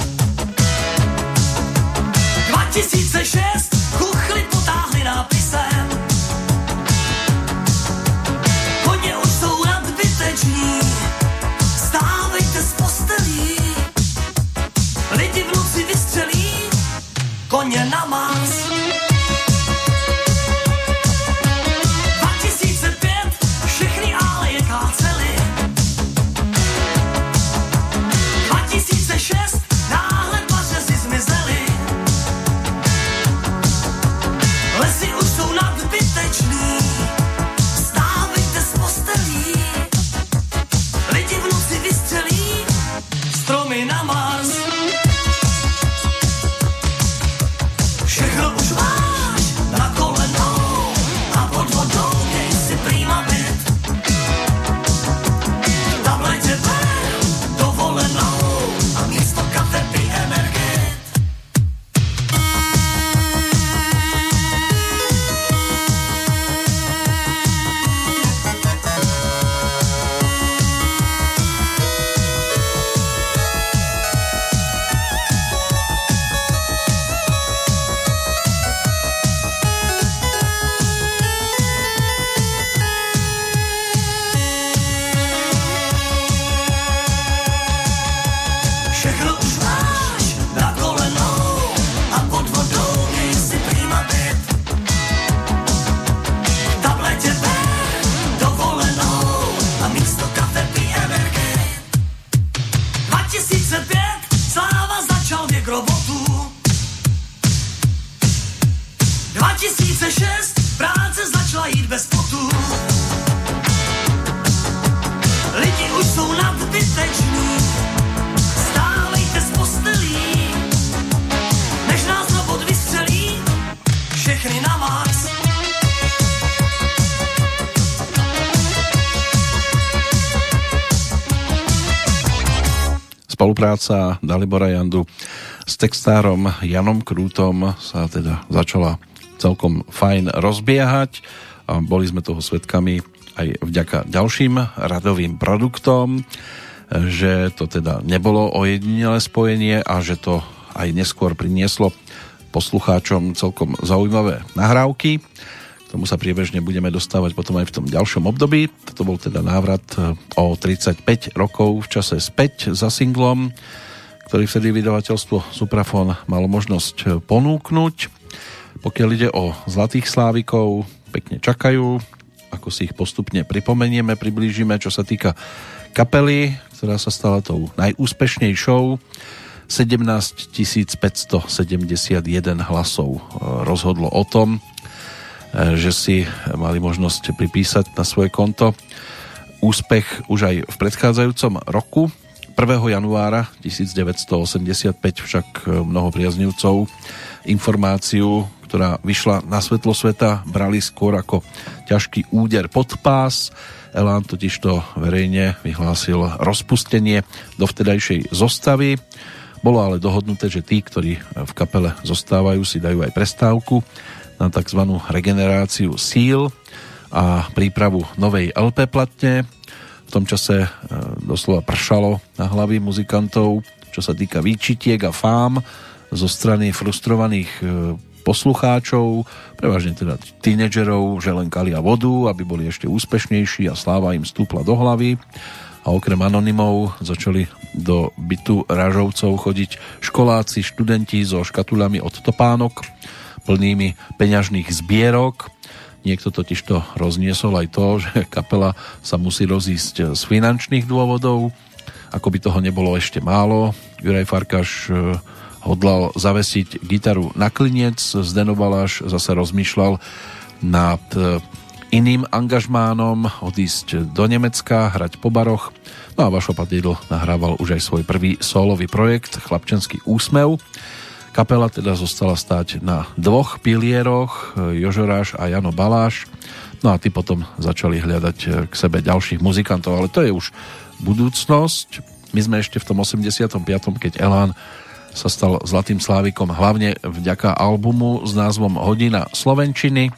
2006 chuchli potáhli nápisem koně už jsou nadbyteční, stávejte z postelí, lidi v noci vystřelí koně na Mars. 2005 všechny áleje kácely, 2006 náhle pařezi zmizely. Lesy už jsou nadbytečný, vstávejte z postelí, lidi v noci vystřelí stromy na Mars. Všechno už 2006 práce začala jít bez potu. Lidi už jsou nadbyteční, stávejte z postelí, než nás robot vystřelí, všechny na max. Spolupráca Dalibora Jandu s textárom Janom Krútom sa teda začala celkom fajn rozbiehať a boli sme toho svedkami aj vďaka ďalším radovým produktom, že to teda nebolo ojedinelé spojenie a že to aj neskôr prinieslo poslucháčom celkom zaujímavé nahrávky. K tomu sa priebežne budeme dostávať potom aj v tom ďalšom období. Toto bol teda návrat o 35 rokov v čase späť za singlom, ktorý vtedy vydavateľstvo Suprafon malo možnosť ponúknuť. Pokiaľ ide o Zlatých Slávikov, pekne čakajú, ako si ich postupne pripomenieme, priblížime, čo sa týka kapely, ktorá sa stala tou najúspešnejšou. 17 571 hlasov rozhodlo o tom, že si mali možnosť pripísať na svoje konto úspech už aj v predchádzajúcom roku. 1. januára 1985 však mnoho priaznivcov informáciu, ktorá vyšla na svetlo sveta, brali skôr ako ťažký úder pod pás. Elán totižto verejne vyhlásil rozpustenie dovtedajšej zostavy. Bolo ale dohodnuté, že tí, ktorí v kapele zostávajú, si dajú aj prestávku na tzv. Regeneráciu síl a prípravu novej LP platne. V tom čase doslova pršalo na hlavy muzikantov, čo sa týka výčitiek a fám zo strany frustrovaných poslucháčov, prevažne teda tínedžerov, že len kalia vodu, aby boli ešte úspešnejší a sláva im stúpla do hlavy. A okrem anonymov začali do bytu Ražovcov chodiť školáci, študenti so škatulami od topánok, plnými peňažných zbierok. Niekto totiž to rozniesol aj to, že kapela sa musí rozísť z finančných dôvodov. Ako by toho nebolo ešte málo, Juraj Farkáš hodlal zavesiť gitaru na klinec, Zdeno Baláš zase rozmýšľal nad iným angažmánom, odísť do Nemecka, hrať po baroch. No a Vašo Padidl nahrával už aj svoj prvý sólový projekt Chlapčenský úsmev. Kapela teda zostala stáť na dvoch pilieroch, Jožoráš a Jano Baláš. No a tí potom začali hľadať k sebe ďalších muzikantov, ale to je už budúcnosť. My sme ešte v tom 85., keď Elán sa stal Zlatým Slávikom hlavne vďaka albumu s názvom Hodina slovenčiny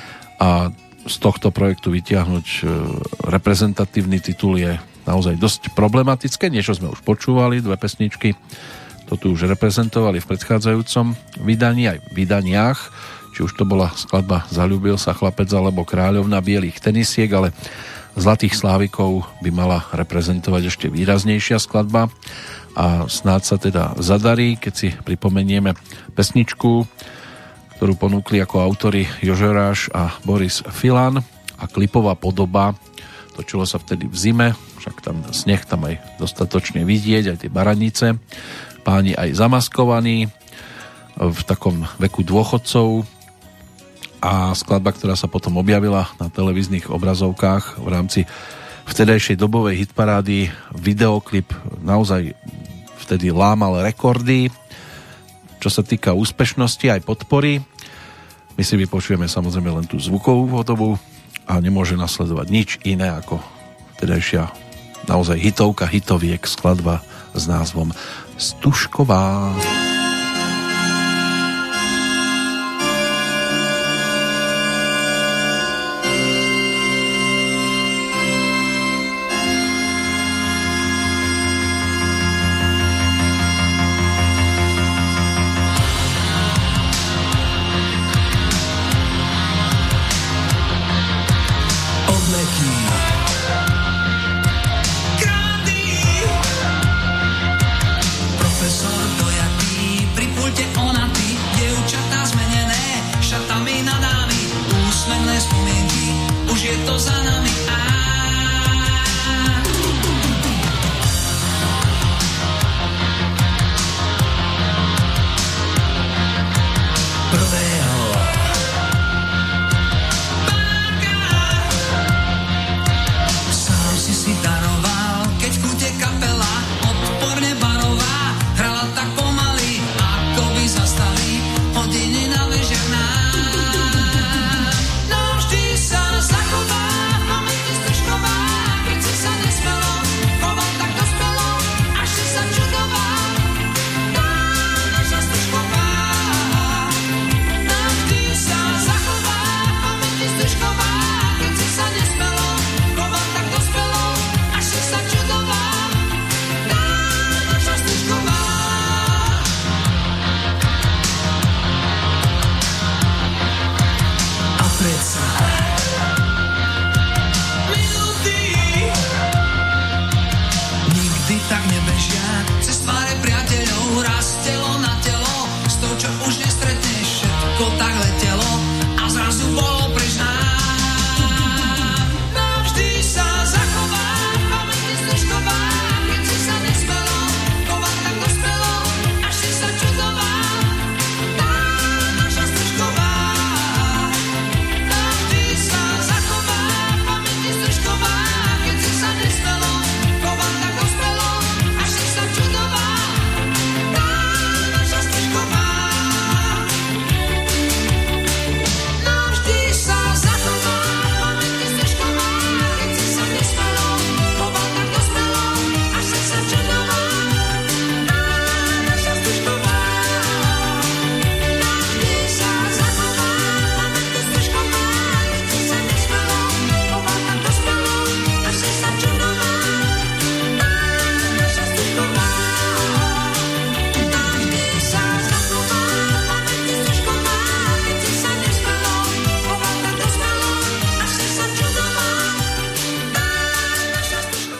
a z tohto projektu vytiahnuť reprezentatívny titul je naozaj dosť problematické. Niečo sme už počúvali, dve pesničky to tu už reprezentovali v predchádzajúcom vydaní, aj v vydaniach, či už to bola skladba Zaľúbil sa chlapec alebo Kráľovna bielých tenisiek, ale Zlatých Slávikov by mala reprezentovať ešte výraznejšia skladba a snáď sa teda zadarí, keď si pripomenieme pesničku, ktorú ponúkli ako autori Jožoráš a Boris Filan a klipová podoba. Točilo sa vtedy v zime, však tam sneh tam aj dostatočne vidieť, aj tie baranice. Páni aj zamaskovaní v takom veku dôchodcov a skladba, ktorá sa potom objavila na televíznych obrazovkách v rámci vtedajšej dobovej hitparády, videoklip naozaj vtedy lámal rekordy, čo sa týka úspešnosti aj podpory. My si vypočujeme samozrejme len tú zvukovú podobu a nemôže nasledovať nič iné ako vtedajšia naozaj hitovka hitoviek, skladba s názvom Stužková.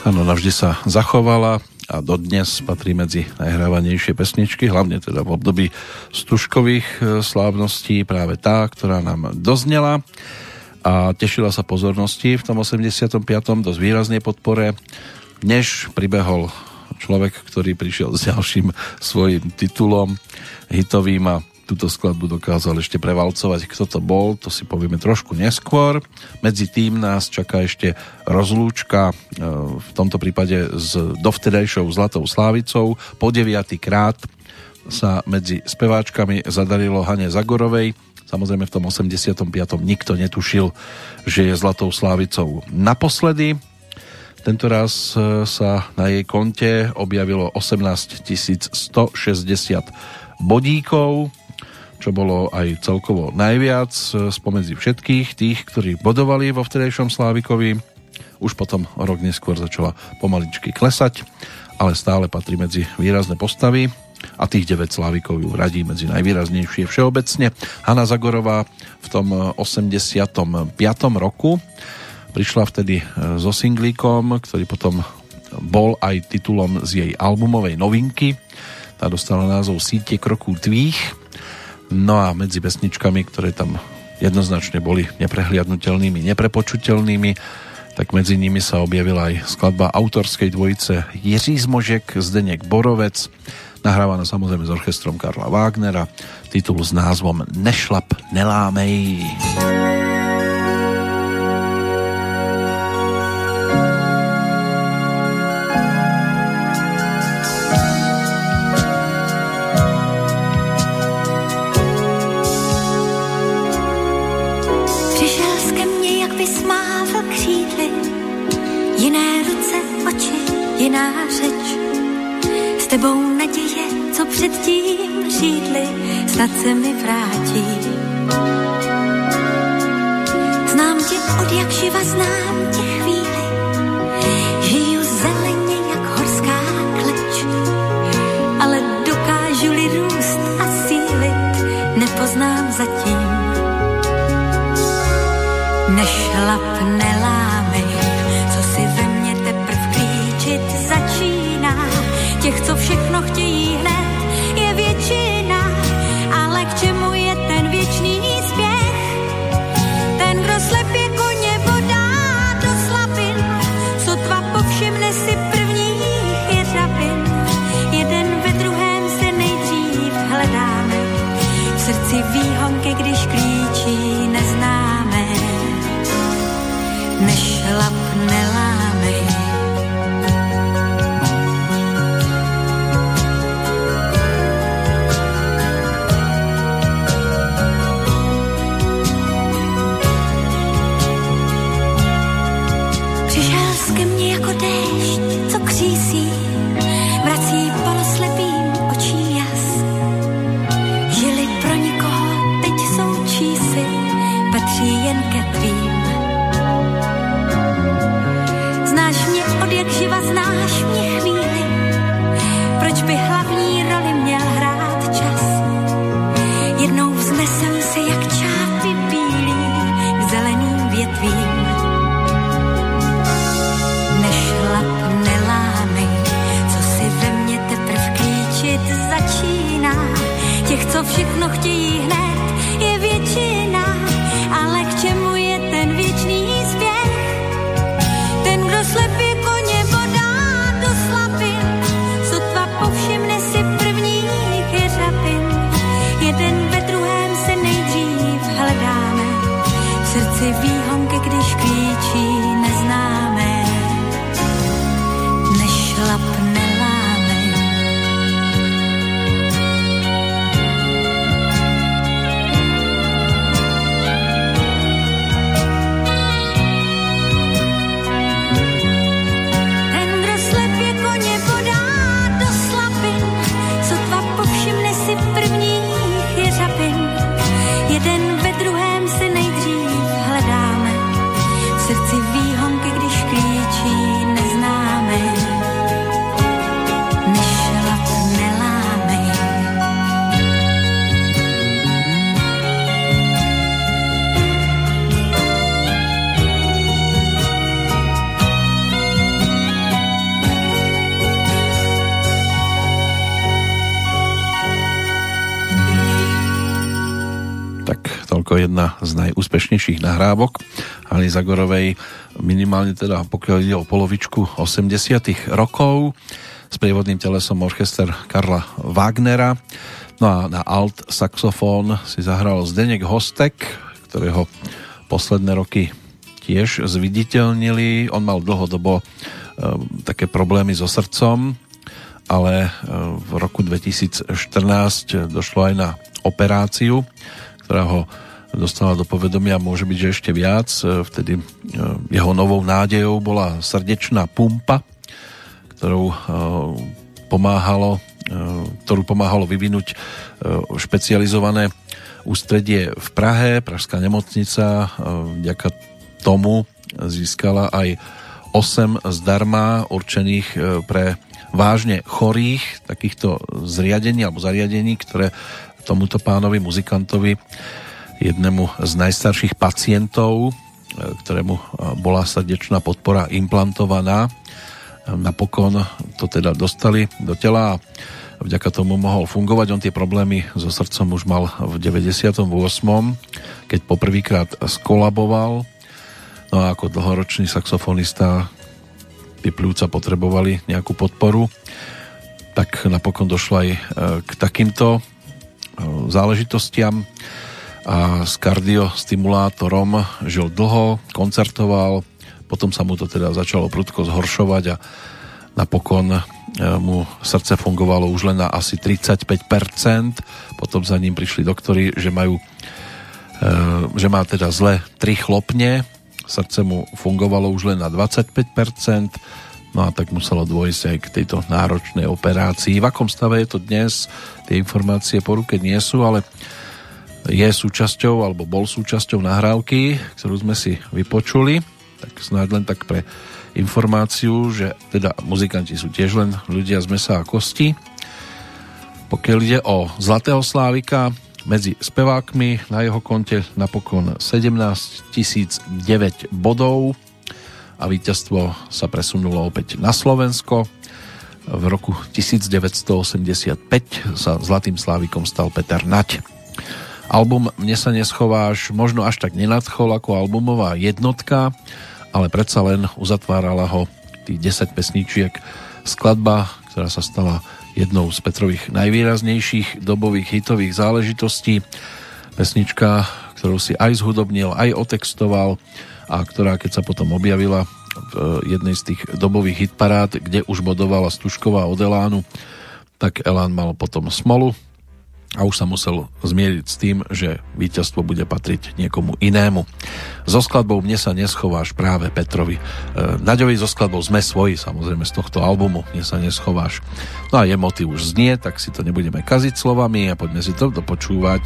Áno, navždy sa zachovala a dodnes patrí medzi najhrávanejšie pesničky, hlavne teda v období Stužkových slávností, práve tá, ktorá nám doznela a tešila sa pozornosti v tom 85. dosť výraznej podpore, než pribehol človek, ktorý prišiel s ďalším svojím titulom hitovým a túto skladbu dokázal ešte prevalcovať. Kto to bol, to si povieme trošku neskôr. Medzi tým nás čaká ešte rozlúčka, v tomto prípade s dovtedajšou Zlatou Slávicou. Po 9. krát sa medzi speváčkami zadarilo Hane Zagorovej. Samozrejme v tom 85. nikto netušil, že je Zlatou Slávicou naposledy. Tento raz sa na jej konte objavilo 18 160 bodíkov, čo bolo aj celkovo najviac spomedzi všetkých tých, ktorí bodovali vo vtedajšom Slávikovi. Už potom rok neskôr začala pomaličky klesať, ale stále patrí medzi výrazné postavy a tých 9 Slávikov ju radí medzi najvýraznejšie všeobecne. Hana Zagorová v tom 85. roku prišla vtedy so singlíkom, ktorý potom bol aj titulom z jej albumovej novinky. Tá dostala názov Síte kroků tvých. No a medzi pesničkami, ktoré tam jednoznačne boli neprehliadnutelnými, neprepočuteľnými, tak medzi nimi sa objavila aj skladba autorskej dvojice Jiří Zmožek, Zdeněk Borovec, nahrávaná samozrejme s orchestrom Karla Wagnera, titul s názvom Nešlap, nelámej. Jiná řeč, s tebou naděje, co předtím řídli, snad se mi vrátí. Znám tě od jak živa, znám tě chvíli, žiju zeleně jak horská kleč, ale dokážu-li růst a sílit, nepoznám zatím. Nešlap, nelámej, co si ve mně teprv klíčit začíná. Těch, co všechno chtějí hned, je většina, ale k čemu je ten věčný spěch? Ten, kdo slepě koně bodá do slabin, sotva povšimne si prvních jeřabin. Jeden ve druhém se nejdřív hledáme, v srdci výhonky, když klíčí neznáme. Nešlap, nelámej. Přišel jsi ke mně jako déšť, co křísí, vrací poloslepým očím jas. Žili pro nikoho, teď jsou čísy, patří jen ke tvým. Znáš mě od jak živa, znáš mě chvíli, proč by hlavní roli měl hrát čas? Jednou vznesem se jak čápy bílý k zeleným větvím. Nešlap, nelámej, co si ve mně teprv klíčit začíná. Těch, co všechno chtějí hned, je většina, ale k čemu je ten věčný spěch? Ten, kdo slepě koně bodá do slabin, sotva povšimne si prvních jeřabin. Jeden ve druhém se nejdřív hledáme, v srdci výhonky, když klíčí neznáme. Nešlap, nelámej. Ten, kdo slepě koně bodá do slabin, sotva povšimne si prvních jeřabin. Jeden ve druhém se nejdřív hledáme, v srdci výhonky, ako jedna z najúspešnejších nahrávok Hany Zagorovej, minimálne teda pokiaľ ide o polovičku 80. rokov. S prievodným telesom orchester Karla Wagnera. No a na alt saxofón si zahral Zdeněk Hostek, ktorého posledné roky tiež zviditeľnili. On mal dlhodobo také problémy so srdcom, ale v roku 2014 došlo aj na operáciu, ktorá ho dostala do povedomia, môže byť, že ešte viac. Vtedy jeho novou nádejou bola srdečná pumpa, ktorú pomáhalo vyvinúť špecializované ústredie v Prahe. Pražská nemocnica vďaka tomu získala aj 8 zdarma určených pre vážne chorých takýchto zriadení alebo zariadení, ktoré tomuto pánovi muzikantovi, jednému z najstarších pacientov, ktorému bola srdečná podpora implantovaná, napokon to teda dostali do tela a vďaka tomu mohol fungovať. On tie problémy so srdcom už mal v 98., keď poprvýkrát skolaboval. No a ako dlhoročný saxofonista tí pľúca potrebovali nejakú podporu, tak napokon došlo aj k takýmto záležitostiam a s kardiostimulátorom žil dlho, koncertoval, potom sa mu to teda začalo prudko zhoršovať a napokon mu srdce fungovalo už len na asi 35%, potom za ním prišli doktori, že má teda zle 3 chlopne, srdce mu fungovalo už len na 25%, no a tak muselo dôjsť aj k tejto náročnej operácii. V akom stave je to dnes, tie informácie po ruke nie sú, ale je súčasťou, alebo bol súčasťou nahrávky, ktorú sme si vypočuli, tak snáď len tak pre informáciu, že teda muzikanti sú tiež len ľudia z mesa a kosti. Pokiaľ ide o Zlatého Slávika, medzi spevákmi na jeho konte napokon 17 009 bodov a víťazstvo sa presunulo opäť na Slovensko. V roku 1985 sa Zlatým Slávikom stal Peter Nať. Album Mne sa neschováš možno až tak nenadchol ako albumová jednotka, ale predsa len uzatvárala ho tých 10 pesničiek skladba, ktorá sa stala jednou z Petrových najvýraznejších dobových hitových záležitostí. Pesnička, ktorú si aj zhudobnil, aj otextoval a ktorá, keď sa potom objavila v jednej z tých dobových hitparád, kde už bodovala Stužková od Elánu, tak Elán mal potom smolu a už sa musel zmieriť s tým, že víťazstvo bude patriť niekomu inému. So skladbou Mne sa neschováš práve Petrovi Naďovi, so skladbou Sme svoji, samozrejme z tohto albumu Mne sa neschováš. No a je motív už znie, tak si to nebudeme kaziť slovami a poďme si to dopočúvať.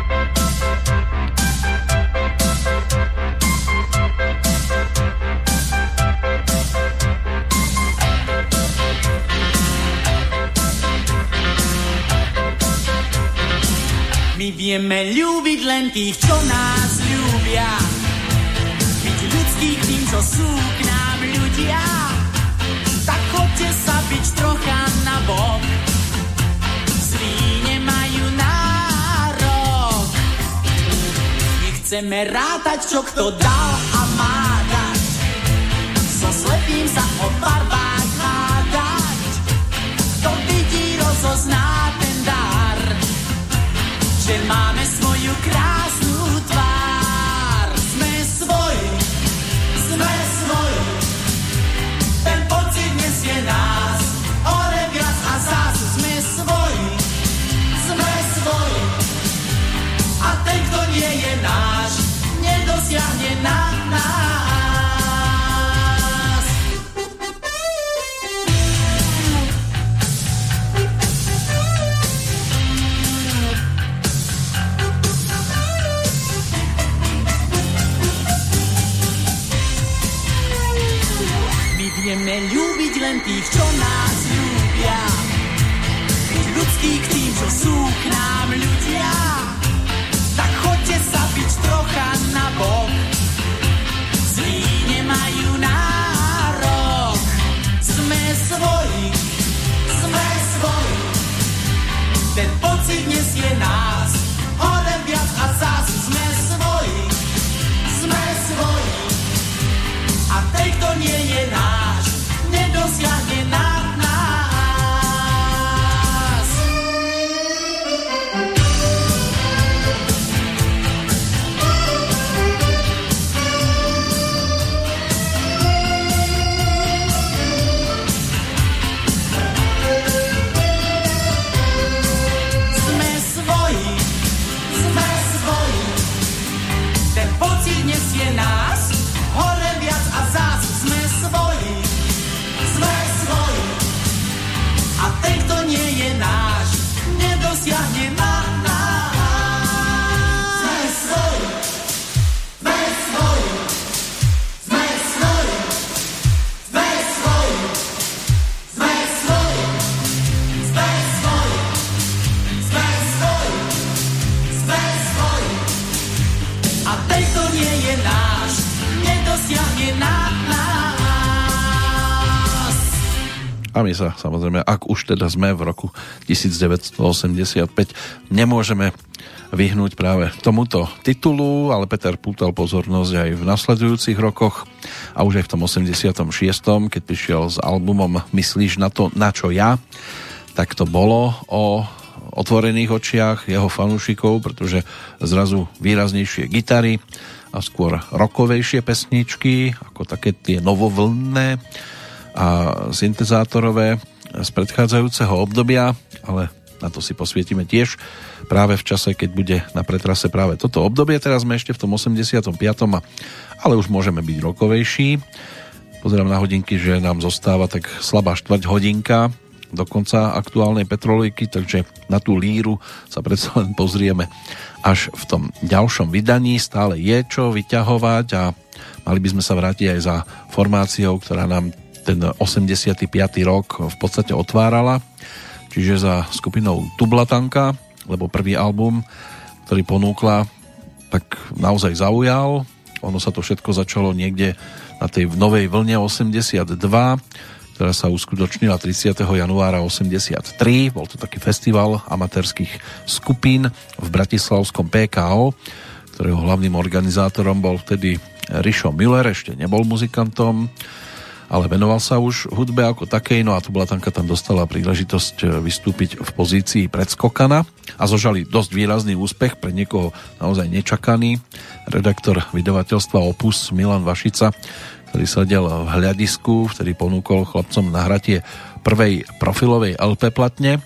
My vieme ľúbiť len tých, čo nás ľúbia, byť ľudských tým, čo sú k nám ľudia. Tak chodte sa byť trocha na bok, zlí nemajú nárok. Nechceme rátať, čo kto dal a má dať, so slepým sa o barbách hádať. Kto vidí, rozozná ten dar, že máme svoju krásnu tvár. Sme svoji, ten pocit nesie nás, ore viac a zás. Sme svoji, a ten, kto nie je náš, nedosiahne na nás. Vieme ľúbiť len tých, čo nás ľúbia, byť ľudský k tým, čo sú k nám ľudia. Tak chodte sa byť trocha na bok, zlí nemajú nárok. Sme svoji, ten pocit nesie nás, hore viac a zás. Sme svoji, si dnes je nás, hore viac a zás sme svoji. A ten, kto nie je náš, nedosiahne nás. A my sa samozrejme, ak už teda sme v roku 1985, nemôžeme vyhnúť práve tomuto titulu, ale Peter pútal pozornosť aj v nasledujúcich rokoch a už aj v tom 86., keď prišiel s albumom Myslíš na to, na čo ja, tak to bolo o otvorených očiach jeho fanúšikov, pretože zrazu výraznejšie gitary a skôr rockovejšie pesničky, ako také tie novovlnné a syntezátorové z predchádzajúceho obdobia, ale na to si posvietime tiež práve v čase, keď bude na pretrase práve toto obdobie. Teraz sme ešte v tom 85. Ale už môžeme byť rokovejší. Pozerám na hodinky, že nám zostáva tak slabá štvrť hodinka do konca aktuálnej Petrolejky, takže na tú líru sa predsa len pozrieme až v tom ďalšom vydaní. Stále je čo vyťahovať a mali by sme sa vrátiť aj za formáciou, ktorá nám ten 85. rok v podstate otvárala, čiže za skupinou Tublatanka, lebo prvý album, ktorý ponúkla, tak naozaj zaujal. Ono sa to všetko začalo niekde na tej novej vlne 82, ktorá sa uskutočnila 30. januára 83. Bol to taký festival amatérskych skupín v bratislavskom PKO, ktorého hlavným organizátorom bol vtedy Rišo Müller, ešte nebol muzikantom, ale venoval sa už hudbe ako takej, no a Tublatanka tam dostala príležitosť vystúpiť v pozícii predskokana a zožali dosť výrazný úspech, pre niekoho naozaj nečakaný. Redaktor vydavateľstva Opus Milan Vašica, ktorý sedel v hľadisku, ktorý ponúkol chlapcom nahratie prvej profilovej LP platne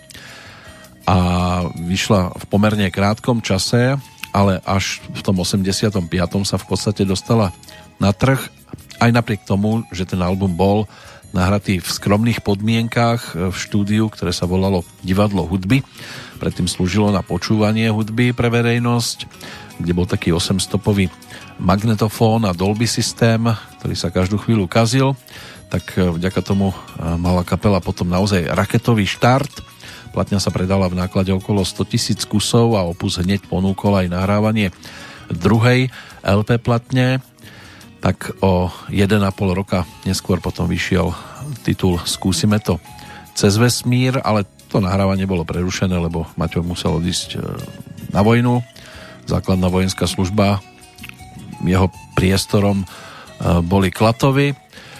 a vyšla v pomerne krátkom čase, ale až v tom 85. sa v podstate dostala na trh, aj napriek tomu, že ten album bol nahratý v skromných podmienkách v štúdiu, ktoré sa volalo Divadlo hudby. Predtým slúžilo na počúvanie hudby pre verejnosť, kde bol taký 8-stopový magnetofón a Dolby systém, ktorý sa každú chvíľu kazil. Tak vďaka tomu mala kapela potom naozaj raketový štart. Platňa sa predala v náklade okolo 100 000 kusov a Opus hneď ponúkol aj nahrávanie druhej LP platne. Tak o 1,5 roka neskôr potom vyšiel titul Skúsime to cez vesmír, ale to nahrávanie bolo prerušené, lebo Maťo musel odísť na vojnu. Základná vojenská služba, jeho priestorom boli Klatovy,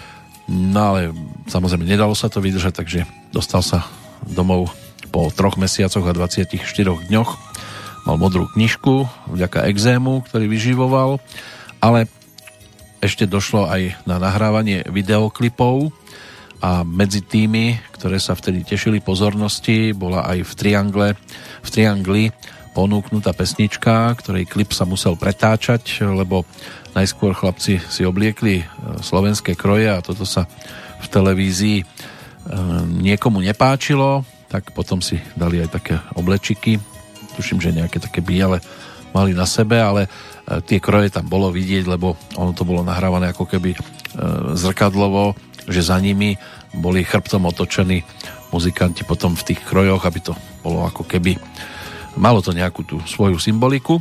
no ale samozrejme nedalo sa to vydržať, takže dostal sa domov po 3 mesiacoch a 24 dňoch. Mal modrú knižku vďaka exému, ktorý vyživoval, ale ešte došlo aj na nahrávanie videoklipov a medzi tými, ktoré sa vtedy tešili pozornosti, bola aj v Triangli ponúknutá pesnička, ktorej klip sa musel pretáčať, lebo najskôr chlapci si obliekli slovenské kroje a toto sa v televízii niekomu nepáčilo, tak potom si dali aj také oblečiky, tuším, že nejaké také biele mali na sebe, ale tie kroje tam bolo vidieť, lebo ono to bolo nahrávané ako keby zrkadlovo, že za nimi boli chrbtom otočení muzikanti potom v tých krojoch, aby to bolo ako keby malo to nejakú tú svoju symboliku.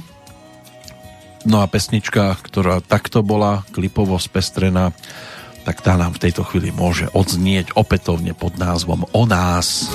No a pesnička, ktorá takto bola klipovo spestrená, tak tá nám v tejto chvíli môže odznieť opätovne pod názvom O nás.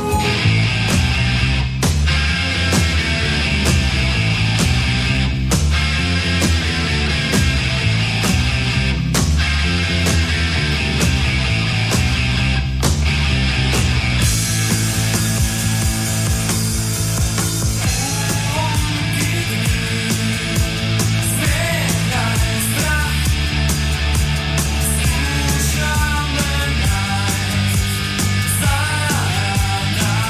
Zá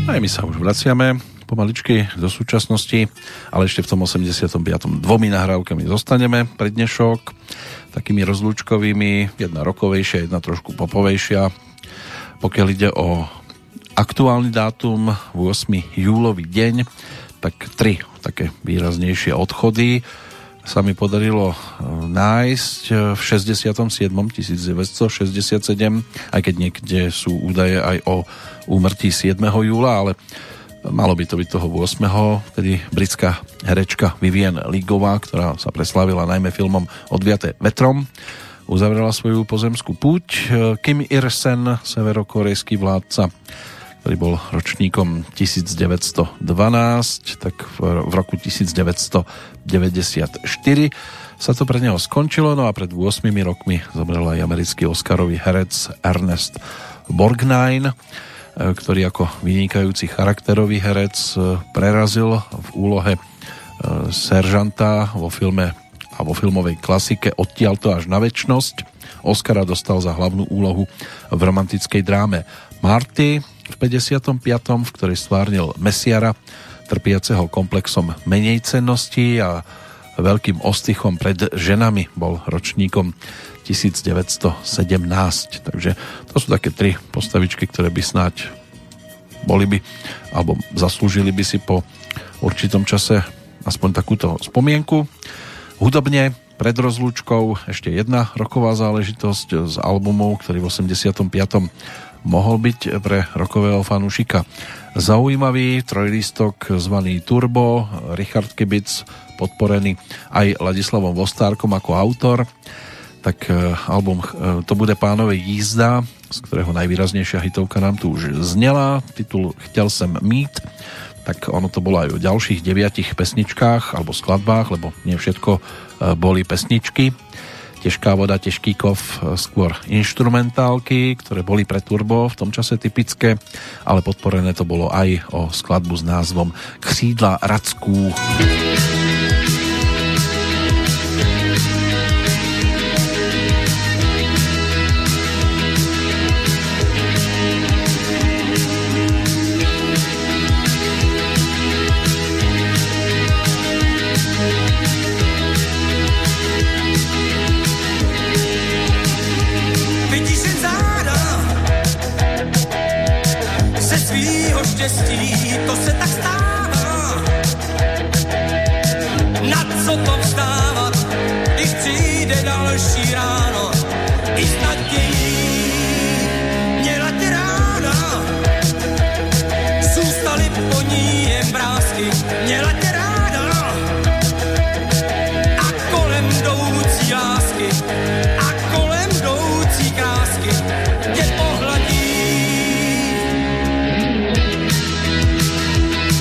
A my sa už vraciame pomaličky do súčasnosti, ale ešte v tom 85. dvomi nahrávkami zostaneme pre dnešok, takými rozlúčkovými, jedna rokovejšia, jedna trošku popovejšia. Pokiaľ ide o aktuálny dátum, 8. júlový deň, tak 3 také výraznejšie odchody sa mi podarilo nájsť v 67. 1967, aj keď niekde sú údaje aj o úmrtí 7. júla, ale malo by to byť toho 8. Tedy britská herečka Vivien Leagueová, ktorá sa preslávila najmä filmom Odviaté vetrom, uzavrela svoju pozemskú púť. Kim Il-sen, severokorejský vládca, ktorý bol ročníkom 1912, tak v roku 1994 sa to pre neho skončilo, no a pred 8 rokmi zomrel aj americký oscarový herec Ernest Borgnine, ktorý ako vynikajúci charakterový herec prerazil v úlohe seržanta vo filme a vo filmovej klasike Odtiaľto až na večnosť. Oscara dostal za hlavnú úlohu v romantickej dráme Marty v 55., v ktorej stvárnil mesiara trpiaceho komplexom menejcennosti a veľkým ostychom pred ženami, bol ročníkom 1917. Takže to sú také 3 postavičky, ktoré by snáď boli by, alebo zaslúžili by si po určitom čase aspoň takúto spomienku. Hudobne pred rozlúčkou ešte jedna roková záležitosť z albumu, ktorý v 85. mohol byť pre rokového fanúšika zaujímavý. Trojlistok zvaný Turbo, Richard Kibic, podporený aj Ladislavom Vostárkom ako autor. Tak album To bude pánové jízda, z ktorého najvýraznejšia hitovka nám tu už znela, titul Chtěl jsem mít, tak ono to bolo aj o ďalších 9 pesničkách alebo skladbách, lebo nie všetko boli pesničky. Težká voda, težký kov, skôr inštrumentálky, ktoré boli pre Turbo v tom čase typické, ale podporené to bolo aj o skladbu s názvom Křídla Racků. To se tak stává. Na co to vstávat, když přijde další ráno. I s nadějí měla tě ráda. Zůstaly po ní jen vrásky. Měla tě ráda. A kolem jdoucí lásky. A kolem jdoucí krásky. Tě pohladí.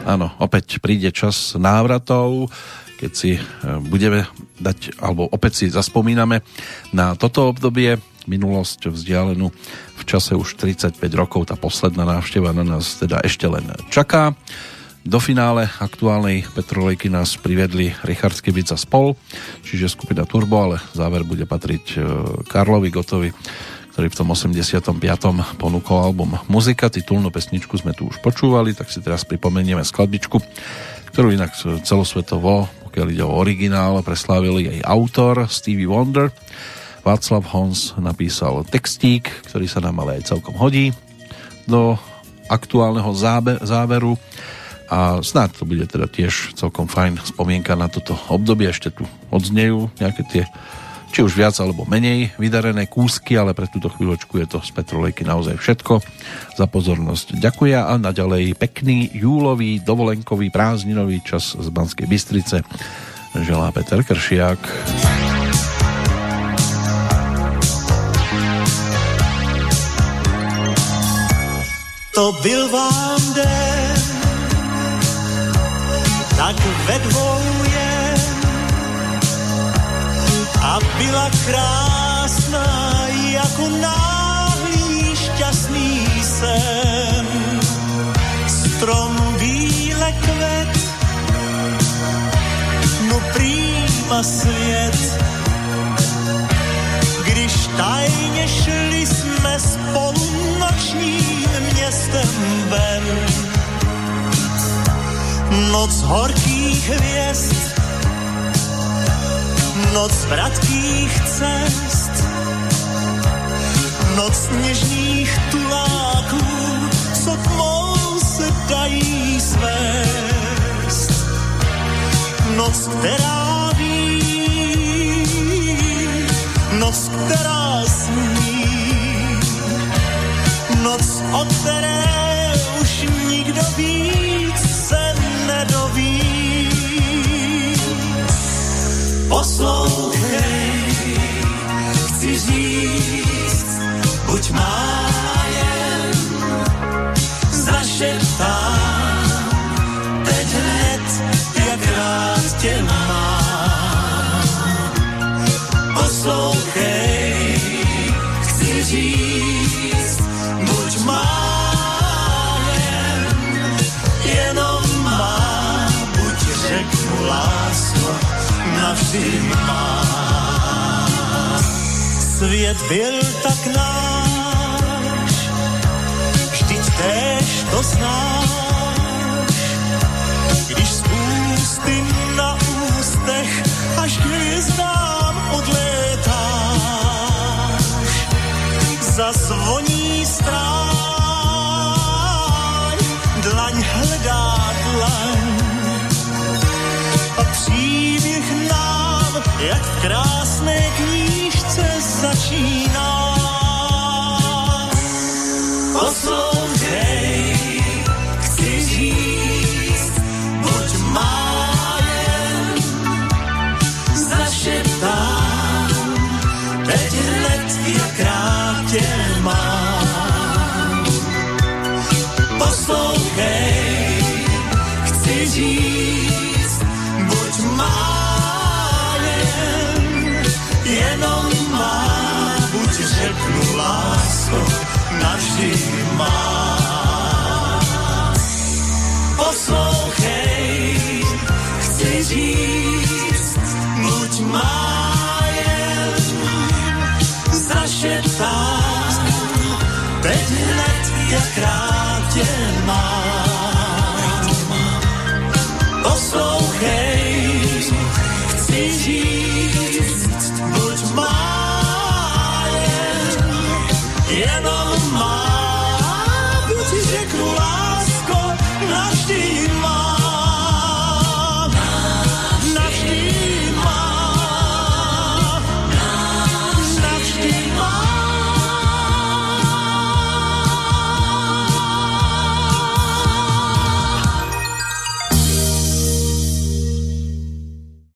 Áno, opäť príde čas návratov, keď si budeme dať, alebo opäť si zaspomíname na toto obdobie, minulosť vzdialenú v čase už 35 rokov. Tá posledná návšteva na nás teda ešte len čaká. Do finále aktuálnej Petrolejky nás privedli Richard Skibica spol, čiže skupina Turbo, ale záver bude patriť Karlovi Gottovi, ktorý v tom 85. ponúkol album Muzika. Titulnú pesničku sme tu už počúvali, tak si teraz pripomenieme skladbičku, ktorú inak celosvetovo, pokiaľ ide o originál, preslávil jej autor Stevie Wonder. Václav Hons napísal textík, ktorý sa nám ale aj celkom hodí do aktuálneho záveru a snáď to bude teda tiež celkom fajn spomienka na toto obdobie. Ešte tu odznejú nejaké tie či už viac alebo menej vydarené kúsky, ale pre túto chvíľočku je to z Petrolejky naozaj všetko. Za pozornosť ďakujem a naďalej pekný júlový, dovolenkový, prázdninový čas z Banskej Bystrice želá Peter Kršiak. To byl vám den, tak ve dvou jen, a byla krásná jako náhlý šťastný sen. Strom bíle kvet, no prýma svět. Když tajně šli jsme spolu nočním městem ven, noc horkých hvězd, noc vratkých cest, noc něžných tuláků, co tmou se dají svést. Noc, která ví, noc, která sní, noc, o které už nikdo víc se nedoví. Poslouchej, chci říct, buď má jen, zašeptám, teď hned, jak rád tě mám. Poslouchej, chci říct, buď má jen, jenom má, buď řeknu lásko, navždy má. Svět byl tak náš, vždyť též to znáš, když z ústy na ústech až k hvězdám odlétáš. Zazvoní stráň, dlaň hledá dlaň a příběh nám, jak v krásné knížce začíná. Poslouchej, chci říct, buď má jen, zašeptám, teď hned, jak rád tě mám. Poslouchej, chci říct, buď má jen, jenom má, buď řeknu lásko, navždy má. Poslouchej, chci říct, buď má jen, zašeptám, teď hned, jak rád tě mám. Poslouchej, chci říct, buď má jen, jenom má, buď řeknu lásko, navždy má.